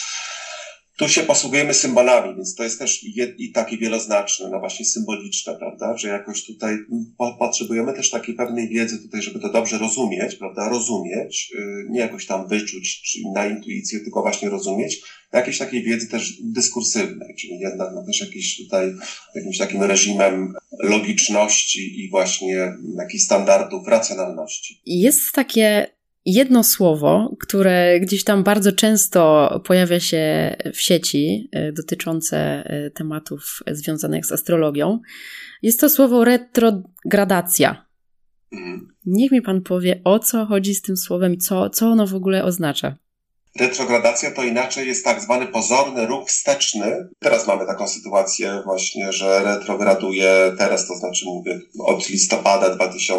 tu się posługujemy symbolami, więc to jest też i takie wieloznaczne, no właśnie symboliczne, prawda, że jakoś tutaj potrzebujemy też takiej pewnej wiedzy tutaj, żeby to dobrze rozumieć, prawda, nie jakoś tam wyczuć, czy na intuicję, tylko właśnie rozumieć, jakiejś takiej wiedzy też dyskursywnej, czyli jednak no też jakimś takim reżimem logiczności i właśnie jakichś standardów racjonalności. Jest takie jedno słowo, które gdzieś tam bardzo często pojawia się w sieci dotyczące tematów związanych z astrologią. Jest to słowo retrogradacja. Niech mi pan powie, o co chodzi z tym słowem i co ono w ogóle oznacza. Retrogradacja to inaczej jest tak zwany pozorny ruch wsteczny. Teraz mamy taką sytuację właśnie, że retrograduje teraz, to znaczy mówię od listopada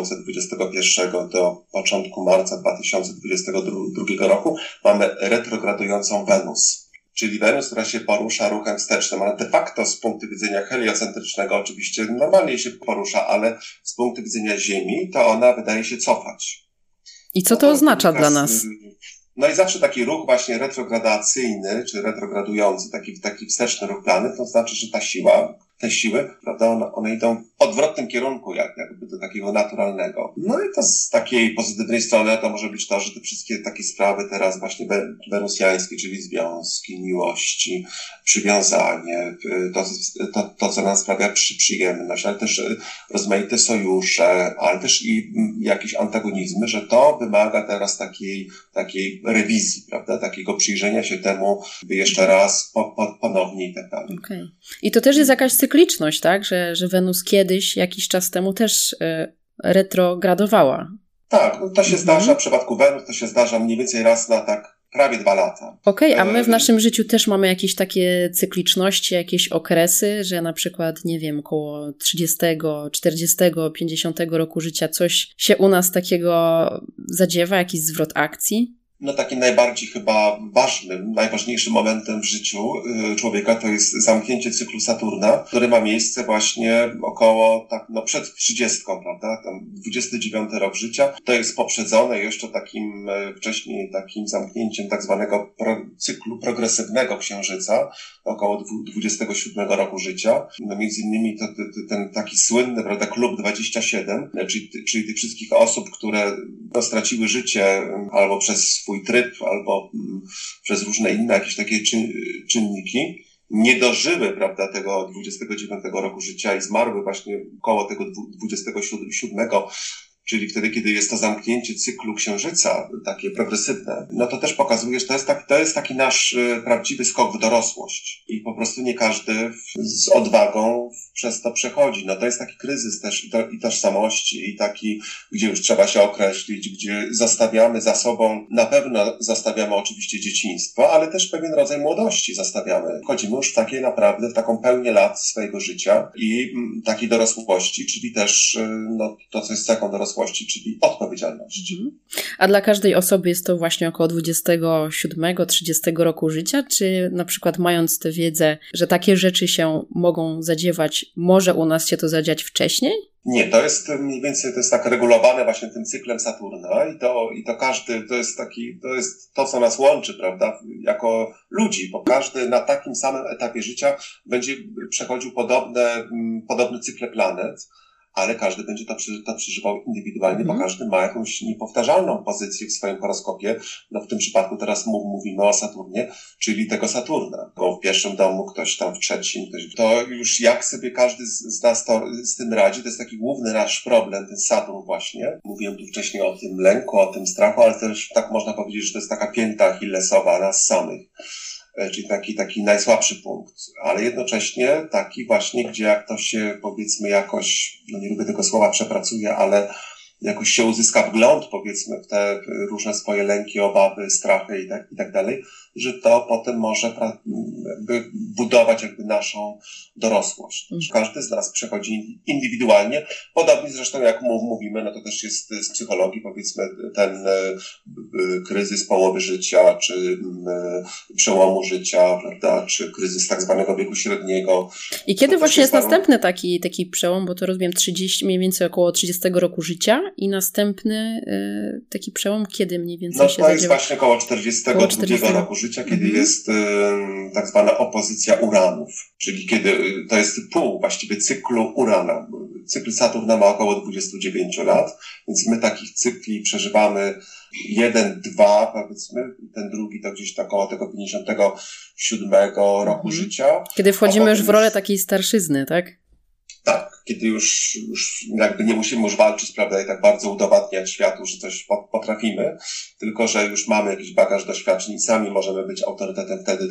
2021 do początku marca 2022 roku mamy retrogradującą Wenus. Czyli Wenus, która się porusza ruchem wstecznym, ale de facto z punktu widzenia heliocentrycznego oczywiście normalnie się porusza, ale z punktu widzenia Ziemi to ona wydaje się cofać. I co to oznacza dla nas? No i zawsze taki ruch właśnie retrogradacyjny, czy retrogradujący, taki wsteczny ruch plany, to znaczy, że te siły, prawda, one idą w odwrotnym kierunku, jakby do takiego naturalnego. No i to z takiej pozytywnej strony to może być to, że te wszystkie takie sprawy teraz właśnie wenusjańskie, czyli związki, miłości, przywiązanie, to co nam sprawia przyjemność, ale też rozmaite sojusze, ale też i jakieś antagonizmy, że to wymaga teraz takiej rewizji, prawda, takiego przyjrzenia się temu jeszcze raz ponownie i tak dalej. Okay. I to też jest jakaś cykliczność, tak? Że Wenus kiedyś, jakiś czas temu też retrogradowała. Tak, no to się zdarza w przypadku Wenus, to się zdarza mniej więcej raz na tak prawie 2 lata. Okej, a my w naszym życiu też mamy jakieś takie cykliczności, jakieś okresy, że na przykład, nie wiem, około 30, 40, 50 roku życia coś się u nas takiego zadziewa, jakiś zwrot akcji? No takim najbardziej chyba najważniejszym momentem w życiu człowieka to jest zamknięcie cyklu Saturna, które ma miejsce właśnie około przed 30, prawda? Tam 29 rok życia. To jest poprzedzone jeszcze wcześniej takim zamknięciem tak zwanego cyklu progresywnego Księżyca, około 27 roku życia. No między innymi ten taki słynny, prawda, klub 27, czyli tych wszystkich osób, które straciły życie albo przez swój tryb, albo przez różne inne jakieś takie czynniki, nie dożyły, prawda, tego 29 roku życia i zmarły właśnie koło tego 27, czyli wtedy, kiedy jest to zamknięcie cyklu Księżyca, takie progresywne, no to też pokazuje, że to jest taki nasz prawdziwy skok w dorosłość. I po prostu nie każdy z odwagą przez to przechodzi. No to jest taki kryzys też i tożsamości, i taki, gdzie już trzeba się określić, gdzie zostawiamy za sobą, na pewno zostawiamy oczywiście dzieciństwo, ale też pewien rodzaj młodości zostawiamy. Wchodzimy już w taką pełnię lat swojego życia i takiej dorosłości, czyli też to, co jest cechą dorosłości, czyli odpowiedzialność. A dla każdej osoby jest to właśnie około 27-30 roku życia, czy na przykład mając tę wiedzę, że takie rzeczy się mogą zadziewać, może u nas się to zadziać wcześniej? Nie, to jest mniej więcej, to jest tak regulowane właśnie tym cyklem Saturna i to każdy, to jest to, co nas łączy, prawda, jako ludzi, bo każdy na takim samym etapie życia będzie przechodził podobne cykle planet, ale każdy będzie to przeżywał indywidualnie, bo każdy ma jakąś niepowtarzalną pozycję w swoim horoskopie. No w tym przypadku teraz mówimy o Saturnie, czyli tego Saturna. Bo w pierwszym domu, ktoś tam w trzecim, to już jak sobie każdy z nas z tym radzi, to jest taki główny nasz problem, ten Saturn właśnie. Mówiłem tu wcześniej o tym lęku, o tym strachu, ale też tak można powiedzieć, że to jest taka pięta achillesowa nas samych. Czyli taki najsłabszy punkt, ale jednocześnie taki właśnie, gdzie jak to się powiedzmy jakoś, no nie lubię tego słowa przepracuje, ale jakoś się uzyska wgląd, powiedzmy, w te różne swoje lęki, obawy, strachy i tak dalej, że to potem może jakby budować jakby naszą dorosłość. Każdy z nas przechodzi indywidualnie, podobnie zresztą jak mówimy, no to też jest z psychologii, powiedzmy, ten kryzys połowy życia, czy przełomu życia, prawda, czy kryzys tak zwanego wieku średniego. I kiedy właśnie jest następny taki przełom, bo to rozumiem mniej więcej około 30 roku życia i następny taki przełom, kiedy mniej więcej się to jest właśnie około 42 roku życia, kiedy jest tak zwana opozycja uranów, czyli kiedy to jest pół właściwie cyklu Urana. Cykl Saturna ma około 29 lat, więc my takich cykli przeżywamy 1, 2, powiedzmy, ten drugi to gdzieś tak około tego 57 roku życia. Kiedy wchodzimy już w rolę takiej starszyzny, tak? Tak, kiedy już jakby nie musimy już walczyć, prawda, i tak bardzo udowadniać światu, że coś potrafimy, tylko że już mamy jakiś bagaż doświadczeń i sami możemy być autorytetem wtedy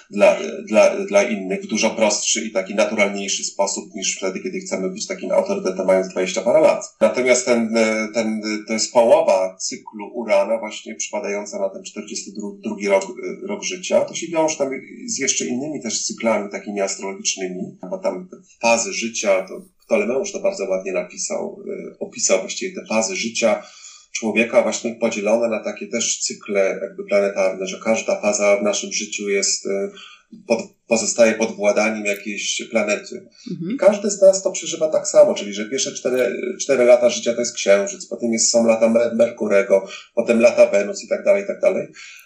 dla innych w dużo prostszy i taki naturalniejszy sposób niż wtedy, kiedy chcemy być takim autorytetem mając 20 parę lat. Natomiast to jest połowa cyklu Urana, właśnie przypadająca na ten 42 rok życia. To się wiąże tam z jeszcze innymi też cyklami takimi astrologicznymi, bo tam fazy życia, to Ptolemeusz to bardzo ładnie opisał właściwie te fazy życia człowieka właśnie podzielone na takie też cykle jakby planetarne, że każda faza w naszym życiu jest, pozostaje pod władaniem jakiejś planety. I każdy z nas to przeżywa tak samo, czyli że pierwsze 4 lata życia to jest Księżyc, potem są lata Merkurego, potem lata Wenus i tak dalej.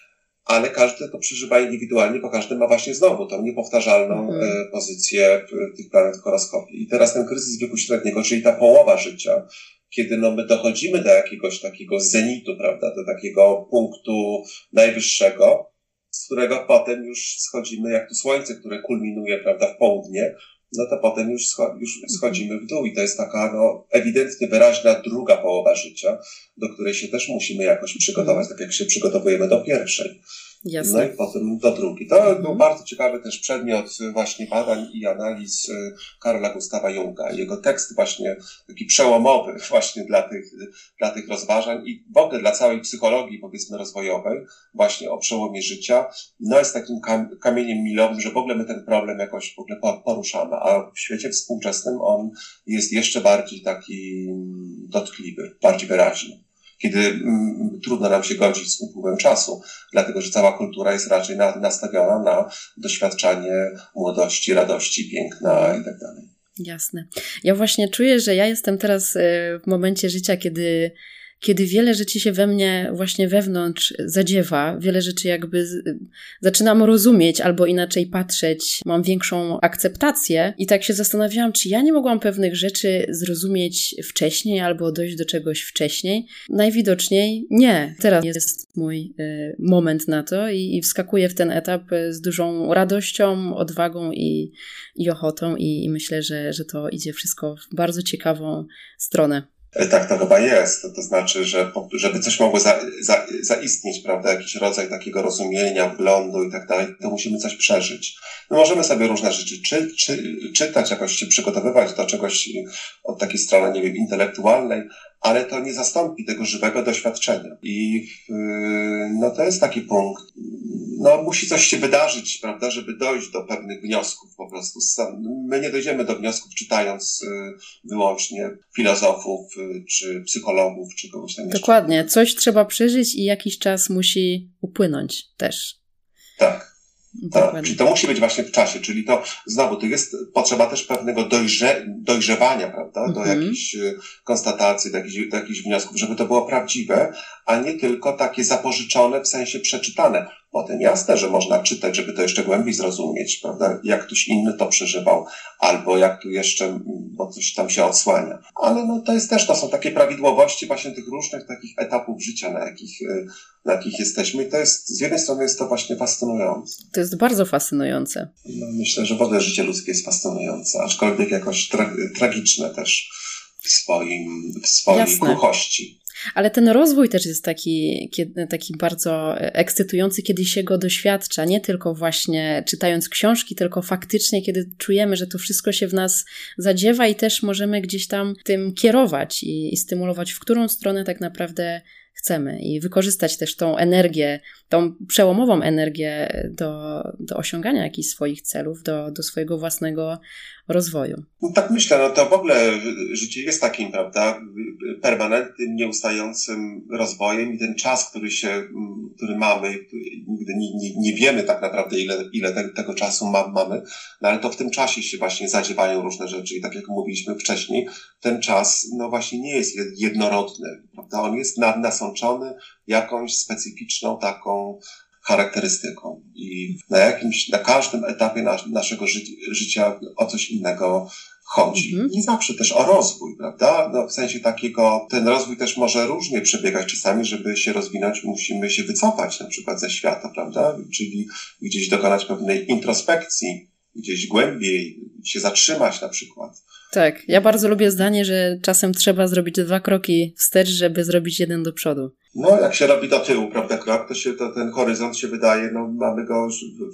Ale każdy to przeżywa indywidualnie, bo każdy ma właśnie znowu tą niepowtarzalną pozycję tych planet w horoskopie. I teraz ten kryzys wieku średniego, czyli ta połowa życia, kiedy my dochodzimy do jakiegoś takiego zenitu, prawda, do takiego punktu najwyższego, z którego potem już schodzimy, jak to słońce, które kulminuje, prawda, w południe, no to potem już schodzimy w dół i to jest taka ewidentnie wyraźna druga połowa życia, do której się też musimy jakoś przygotować, tak jak się przygotowujemy do pierwszej. Jasne. No i potem do drugiej. To był bardzo ciekawy też przedmiot właśnie badań i analiz Carla Gustawa Junga. Jego tekst właśnie taki przełomowy właśnie dla tych rozważań i w ogóle dla całej psychologii, powiedzmy, rozwojowej, właśnie o przełomie życia, no jest takim kamieniem milowym, że w ogóle my ten problem jakoś w ogóle poruszamy, a w świecie współczesnym on jest jeszcze bardziej taki dotkliwy, bardziej wyraźny. Kiedy trudno nam się godzić z upływem czasu, dlatego że cała kultura jest raczej nastawiona na doświadczanie młodości, radości, piękna i tak dalej. Jasne. Ja właśnie czuję, że ja jestem teraz w momencie życia, kiedy wiele rzeczy się we mnie właśnie wewnątrz zadziewa, wiele rzeczy jakby zaczynam rozumieć albo inaczej patrzeć, mam większą akceptację i tak się zastanawiałam, czy ja nie mogłam pewnych rzeczy zrozumieć wcześniej albo dojść do czegoś wcześniej. Najwidoczniej nie. Teraz jest mój moment na to i wskakuję w ten etap z dużą radością, odwagą i ochotą i myślę, że to idzie wszystko w bardzo ciekawą stronę. Tak to chyba jest. To znaczy, że żeby coś mogło zaistnieć, prawda, jakiś rodzaj takiego rozumienia, wglądu i tak dalej, to musimy coś przeżyć. My możemy sobie różne rzeczy czytać, jakoś się przygotowywać do czegoś od takiej strony, nie wiem, intelektualnej, ale to nie zastąpi tego żywego doświadczenia. I no to jest taki punkt. No musi coś się wydarzyć, prawda, żeby dojść do pewnych wniosków po prostu. My nie dojdziemy do wniosków czytając wyłącznie filozofów, czy psychologów, czy kogoś tam jeszcze. Dokładnie. Coś trzeba przeżyć i jakiś czas musi upłynąć też. Tak. Tak, czyli to musi być właśnie w czasie, czyli to znowu, to jest potrzeba też pewnego dojrzewania, prawda, do jakichś konstatacji, do jakichś wniosków, żeby to było prawdziwe, a nie tylko takie zapożyczone, w sensie przeczytane. Potem jasne, że można czytać, żeby to jeszcze głębiej zrozumieć, prawda, jak ktoś inny to przeżywał, albo jak tu jeszcze, bo coś tam się odsłania. Ale no to jest też, to są takie prawidłowości właśnie tych różnych takich etapów życia, na jakich jesteśmy i to jest, z jednej strony jest to właśnie fascynujące. To jest bardzo fascynujące. No, myślę, że w ogóle życie ludzkie jest fascynujące, aczkolwiek jakoś tragiczne też. w swojej Jasne. kruchości. Ale ten rozwój też jest taki bardzo ekscytujący, kiedy się go doświadcza, nie tylko właśnie czytając książki, tylko faktycznie, kiedy czujemy, że to wszystko się w nas zadziewa i też możemy gdzieś tam tym kierować i stymulować, w którą stronę tak naprawdę chcemy i wykorzystać też tą energię, tą przełomową energię do osiągania jakichś swoich celów, do swojego własnego rozwoju. No tak myślę, no to w ogóle życie jest takim, prawda, permanentnym, nieustającym rozwojem i ten czas, który mamy, nigdy nie wiemy tak naprawdę, ile tego czasu mamy, no ale to w tym czasie się właśnie zadziewają różne rzeczy i tak jak mówiliśmy wcześniej, ten czas, no właśnie nie jest jednorodny, prawda, on jest nasączony jakąś specyficzną taką charakterystyką i na każdym etapie naszego życia o coś innego chodzi. I zawsze też o rozwój, prawda? No, w sensie takiego, ten rozwój też może różnie przebiegać. Czasami, żeby się rozwinąć, musimy się wycofać na przykład ze świata, prawda? Czyli gdzieś dokonać pewnej introspekcji, gdzieś głębiej się zatrzymać na przykład. Tak, ja bardzo lubię zdanie, że czasem trzeba zrobić 2 kroki wstecz, żeby zrobić 1 do przodu. No, jak się robi do tyłu, prawda, krok, to ten horyzont się wydaje, no, mamy go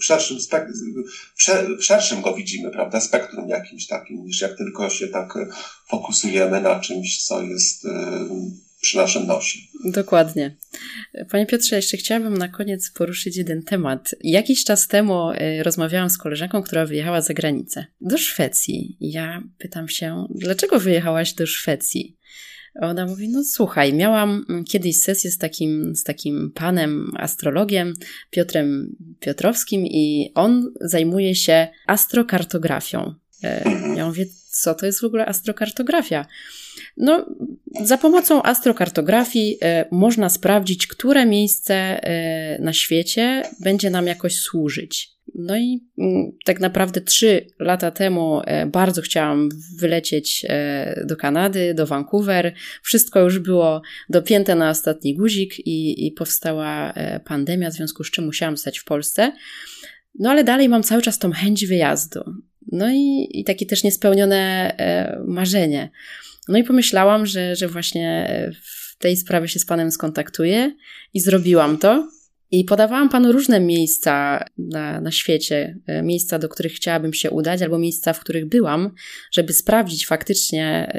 w szerszym go widzimy, prawda, spektrum jakimś takim, niż jak tylko się tak fokusujemy na czymś, co jest przy naszym nosie. Dokładnie. Panie Piotrze, jeszcze chciałabym na koniec poruszyć jeden temat. Jakiś czas temu rozmawiałam z koleżanką, która wyjechała za granicę, do Szwecji. Ja pytam się, dlaczego wyjechałaś do Szwecji? Ona mówi, no słuchaj, miałam kiedyś sesję z takim panem astrologiem, Piotrem Piotrowskim i on zajmuje się astrokartografią. Ja mówię, co to jest w ogóle astrokartografia? No, za pomocą astrokartografii można sprawdzić, które miejsce na świecie będzie nam jakoś służyć. No i tak naprawdę 3 lata temu bardzo chciałam wylecieć do Kanady, do Vancouver. Wszystko już było dopięte na ostatni guzik i powstała pandemia, w związku z czym musiałam zostać w Polsce. No ale dalej mam cały czas tą chęć wyjazdu. No i takie też niespełnione marzenie. No i pomyślałam, że właśnie w tej sprawie się z panem skontaktuję i zrobiłam to. I podawałam panu różne miejsca na świecie, miejsca, do których chciałabym się udać, albo miejsca, w których byłam, żeby sprawdzić faktycznie,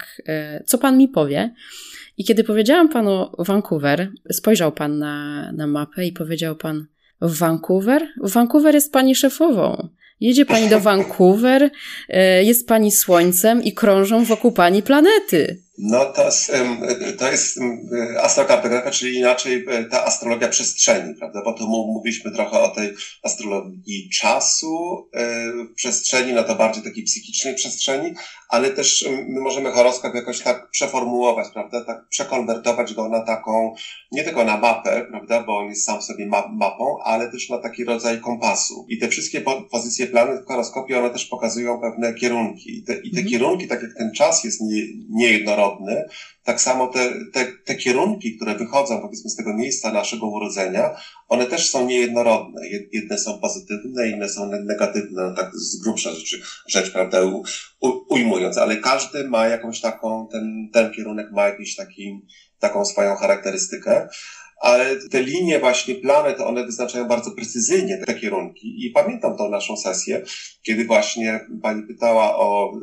co pan mi powie. I kiedy powiedziałam panu Vancouver, spojrzał pan na mapę i powiedział pan, Vancouver? Vancouver jest pani szefową. Jedzie pani do Vancouver, jest pani słońcem i krążą wokół pani planety. No to jest astrokartografia, czyli inaczej ta astrologia przestrzeni, prawda? Bo tu mówiliśmy trochę o tej astrologii czasu w przestrzeni, no to bardziej takiej psychicznej przestrzeni, ale też my możemy horoskop jakoś tak przeformułować, prawda? Tak przekonwertować go na taką, nie tylko na mapę, prawda? Bo on jest sam sobie mapą, ale też na taki rodzaj kompasu. I te wszystkie pozycje planet w horoskopie, one też pokazują pewne kierunki. I te kierunki, tak jak ten czas jest niejednorodny, tak samo te kierunki, które wychodzą powiedzmy z tego miejsca naszego urodzenia, one też są niejednorodne. Jedne są pozytywne, inne są negatywne, no tak z grubsza rzecz, prawda, ujmując, ale każdy ma jakąś taką, ten kierunek ma taką swoją charakterystykę. Ale te linie właśnie planet, one wyznaczają bardzo precyzyjnie te kierunki i pamiętam tą naszą sesję, kiedy właśnie pani pytała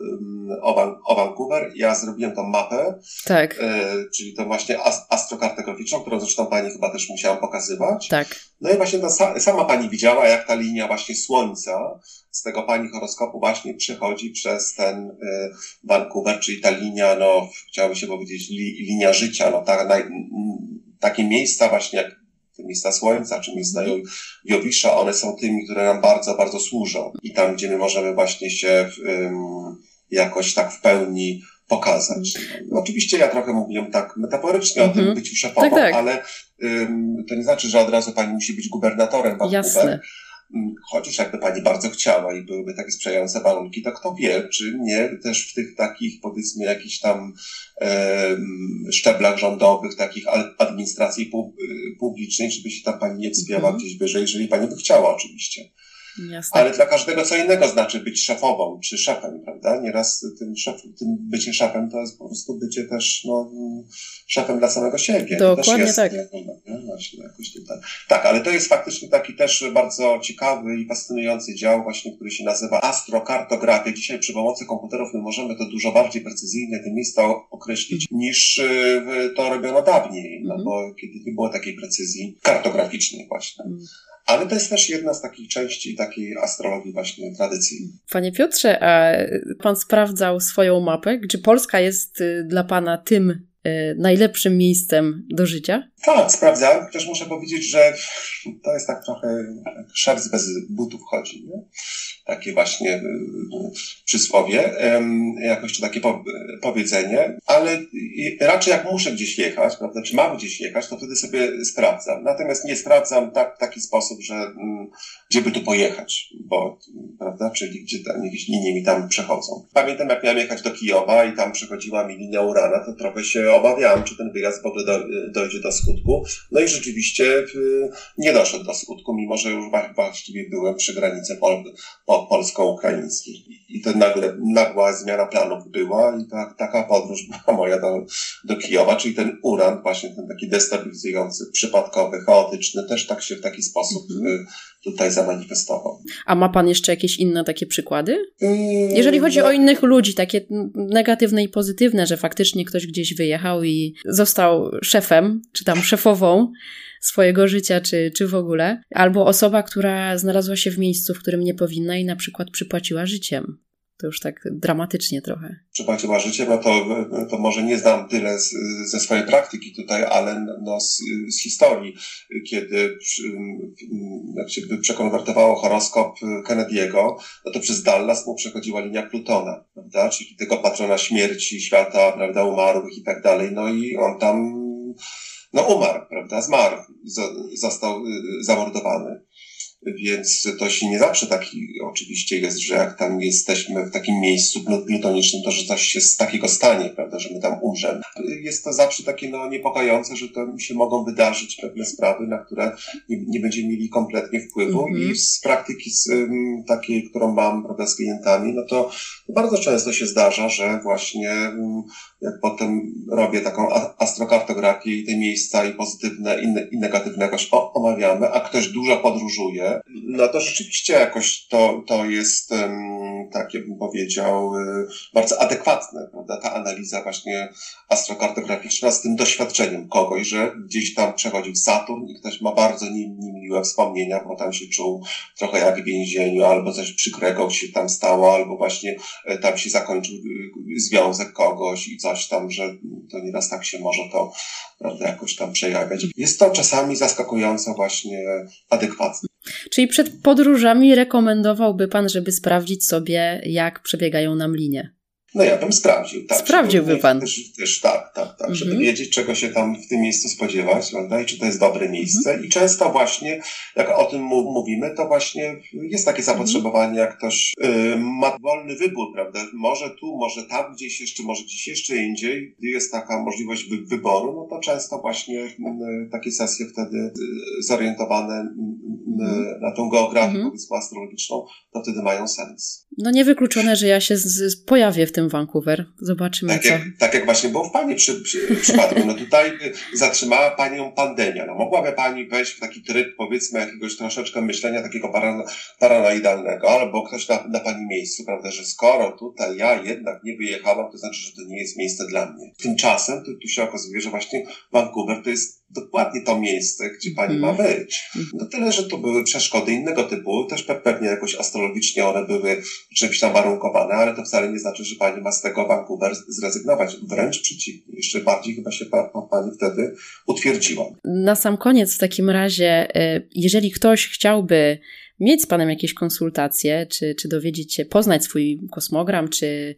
o Vancouver, ja zrobiłem tą mapę, tak. Czyli tą właśnie astrokartograficzną, którą zresztą pani chyba też musiałam pokazywać. Tak. No i właśnie sama pani widziała, jak ta linia właśnie Słońca z tego pani horoskopu właśnie przechodzi przez ten Vancouver, czyli ta linia, no chciałoby się powiedzieć linia życia, no takie miejsca właśnie jak te miejsca Słońca, czy miejsca Jowisza, one są tymi, które nam bardzo, bardzo służą. I tam, gdzie my możemy właśnie się jakoś tak w pełni pokazać. Oczywiście ja trochę mówiłem tak metaforycznie o tym byciu szefową, tak. Ale to nie znaczy, że od razu pani musi być gubernatorem Vancouver. Jasne. Chociaż jakby pani bardzo chciała i byłyby takie sprzyjające warunki, to kto wie, czy nie też w tych takich, powiedzmy, jakichś tam szczeblach rządowych, takich administracji publicznej, żeby się tam pani nie wspięła gdzieś wyżej, jeżeli pani by chciała oczywiście. Jasne. Ale dla każdego co innego znaczy być szefową czy szefem, prawda? Nieraz tym bycie szefem to jest po prostu bycie też szefem dla samego siebie. Dokładnie to też jest, tak. Właśnie, jakoś tutaj. Tak, ale to jest faktycznie taki też bardzo ciekawy i fascynujący dział właśnie, który się nazywa astrokartografia. Dzisiaj przy pomocy komputerów my możemy to dużo bardziej precyzyjnie te miejsca określić niż to robiono dawniej, bo kiedy nie było takiej precyzji kartograficznej właśnie. Ale to jest też jedna z takich części takiej astrologii właśnie tradycyjnej. Panie Piotrze, a pan sprawdzał swoją mapę? Czy Polska jest dla pana tym najlepszym miejscem do życia? Tak, sprawdzałem, chociaż muszę powiedzieć, że to jest tak trochę jak szef bez butów chodzi, nie? Takie właśnie przysłowie, jakoś to takie powiedzenie, ale raczej jak muszę gdzieś jechać, prawda, czy mam gdzieś jechać, to wtedy sobie sprawdzam. Natomiast nie sprawdzam w taki sposób, że gdzie by tu pojechać, bo, prawda, czyli gdzie jakieś linie mi tam przechodzą. Pamiętam, jak miałem jechać do Kijowa i tam przechodziła mi linia Urana, to trochę się obawiałem, czy ten wyjazd w ogóle dojdzie do skutku. No i rzeczywiście nie doszedł do skutku, mimo że już właściwie byłem przy granicy polsko-ukraińskiej. I to nagła zmiana planów była i taka podróż była moja do Kijowa, czyli ten Uran, właśnie ten taki destabilizujący, przypadkowy, chaotyczny, też tak się w taki sposób tutaj zamanifestował. A ma pan jeszcze jakieś inne takie przykłady? Jeżeli chodzi o innych ludzi, takie negatywne i pozytywne, że faktycznie ktoś gdzieś wyjechał i został szefem, czy tam szefową swojego życia, czy w ogóle. Albo osoba, która znalazła się w miejscu, w którym nie powinna i na przykład przypłaciła życiem. To już tak dramatycznie trochę. Przypłaciła życiem, no to może nie znam tyle ze swojej praktyki tutaj, ale z historii, kiedy jak się przekonwertowało horoskop Kennedy'ego, no to przez Dallas mu przechodziła linia Plutona, prawda? Czyli tego patrona śmierci, świata, prawda, umarłych i tak dalej. No i on tam umarł, prawda, zmarł, został zamordowany. Więc to się nie zawsze taki oczywiście jest, że jak tam jesteśmy w takim miejscu plutonicznym, to że coś się z takiego stanie, prawda, że my tam umrzemy. Jest to zawsze takie niepokojące, że to się mogą wydarzyć pewne sprawy, na które nie będziemy mieli kompletnie wpływu i z praktyki takiej, którą mam, prawda, z klientami, no to bardzo często się zdarza, że właśnie jak potem robię taką astrokartografię i te miejsca i pozytywne i negatywne jakoś omawiamy, a ktoś dużo podróżuje, no to rzeczywiście jakoś to jest takie, bym powiedział, bardzo adekwatne, prawda, ta analiza właśnie astrokartograficzna z tym doświadczeniem kogoś, że gdzieś tam przechodził Saturn i ktoś ma bardzo niemiłe wspomnienia, bo tam się czuł trochę jak w więzieniu, albo coś przykrego się tam stało, albo właśnie tam się zakończył związek kogoś i coś tam, że to nieraz tak się może to, prawda, jakoś tam przejawiać. Jest to czasami zaskakująco właśnie adekwatne. Czyli przed podróżami rekomendowałby pan, żeby sprawdzić sobie, jak przebiegają nam linie? No ja bym sprawdził, tak. Sprawdziłby pan. Też tak, żeby wiedzieć, czego się tam w tym miejscu spodziewać, prawda, i czy to jest dobre miejsce. I często właśnie, jak o tym mówimy, to właśnie jest takie zapotrzebowanie, jak ktoś ma wolny wybór, prawda, może tu, może tam gdzieś jeszcze, może gdzieś jeszcze indziej, gdy jest taka możliwość wyboru, no to często właśnie takie sesje wtedy zorientowane na tą geografię, powiedzmy, astrologiczną, to wtedy mają sens. No niewykluczone, że ja się pojawię w tym Vancouver. Zobaczymy, tak jak właśnie było w pani przypadku. No tutaj zatrzymała panią pandemia. No mogłaby pani wejść w taki tryb, powiedzmy, jakiegoś troszeczkę myślenia takiego paranoidalnego, albo ktoś na pani miejscu, prawda, że skoro tutaj ja jednak nie wyjechałam, to znaczy, że to nie jest miejsce dla mnie. Tymczasem tu się okazuje, że właśnie Vancouver to jest dokładnie to miejsce, gdzie pani ma być. No tyle, że to były przeszkody innego typu, też pewnie jakoś astrologicznie one były czymś tam warunkowane, ale to wcale nie znaczy, że pani ma z tego Vancouver zrezygnować. Wręcz przeciwnie. Jeszcze bardziej chyba się pani wtedy utwierdziła. Na sam koniec w takim razie, jeżeli ktoś chciałby mieć z panem jakieś konsultacje, czy dowiedzieć się, poznać swój kosmogram, czy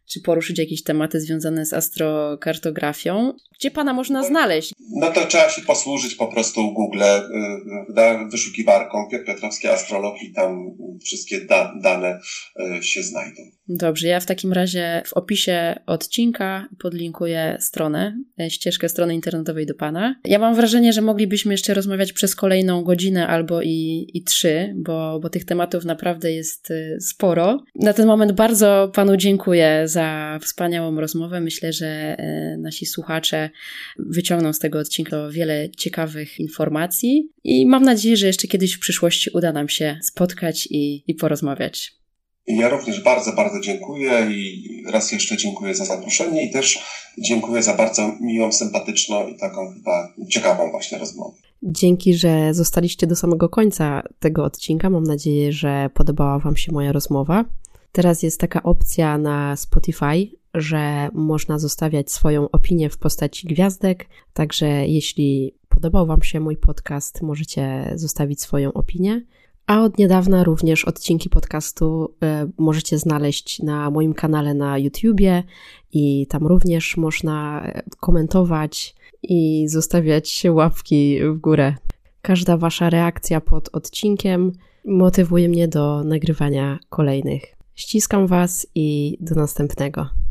czy poruszyć jakieś tematy związane z astrokartografią. Gdzie Pana można znaleźć? No to trzeba się posłużyć po prostu Google, wyszukiwarką Piotr Piotrowski Astrolog i tam wszystkie dane się znajdą. Dobrze, ja w takim razie w opisie odcinka podlinkuję stronę, ścieżkę strony internetowej do Pana. Ja mam wrażenie, że moglibyśmy jeszcze rozmawiać przez kolejną godzinę albo i 3, bo tych tematów naprawdę jest sporo. Na ten moment bardzo Panu dziękuję za wspaniałą rozmowę. Myślę, że nasi słuchacze wyciągną z tego odcinka wiele ciekawych informacji i mam nadzieję, że jeszcze kiedyś w przyszłości uda nam się spotkać i porozmawiać. Ja również bardzo, bardzo dziękuję i raz jeszcze dziękuję za zaproszenie i też dziękuję za bardzo miłą, sympatyczną i taką chyba ciekawą właśnie rozmowę. Dzięki, że zostaliście do samego końca tego odcinka. Mam nadzieję, że podobała Wam się moja rozmowa. Teraz jest taka opcja na Spotify, że można zostawiać swoją opinię w postaci gwiazdek, także jeśli podobał Wam się mój podcast, możecie zostawić swoją opinię. A od niedawna również odcinki podcastu możecie znaleźć na moim kanale na YouTubie i tam również można komentować i zostawiać łapki w górę. Każda Wasza reakcja pod odcinkiem motywuje mnie do nagrywania kolejnych. Ściskam Was i do następnego.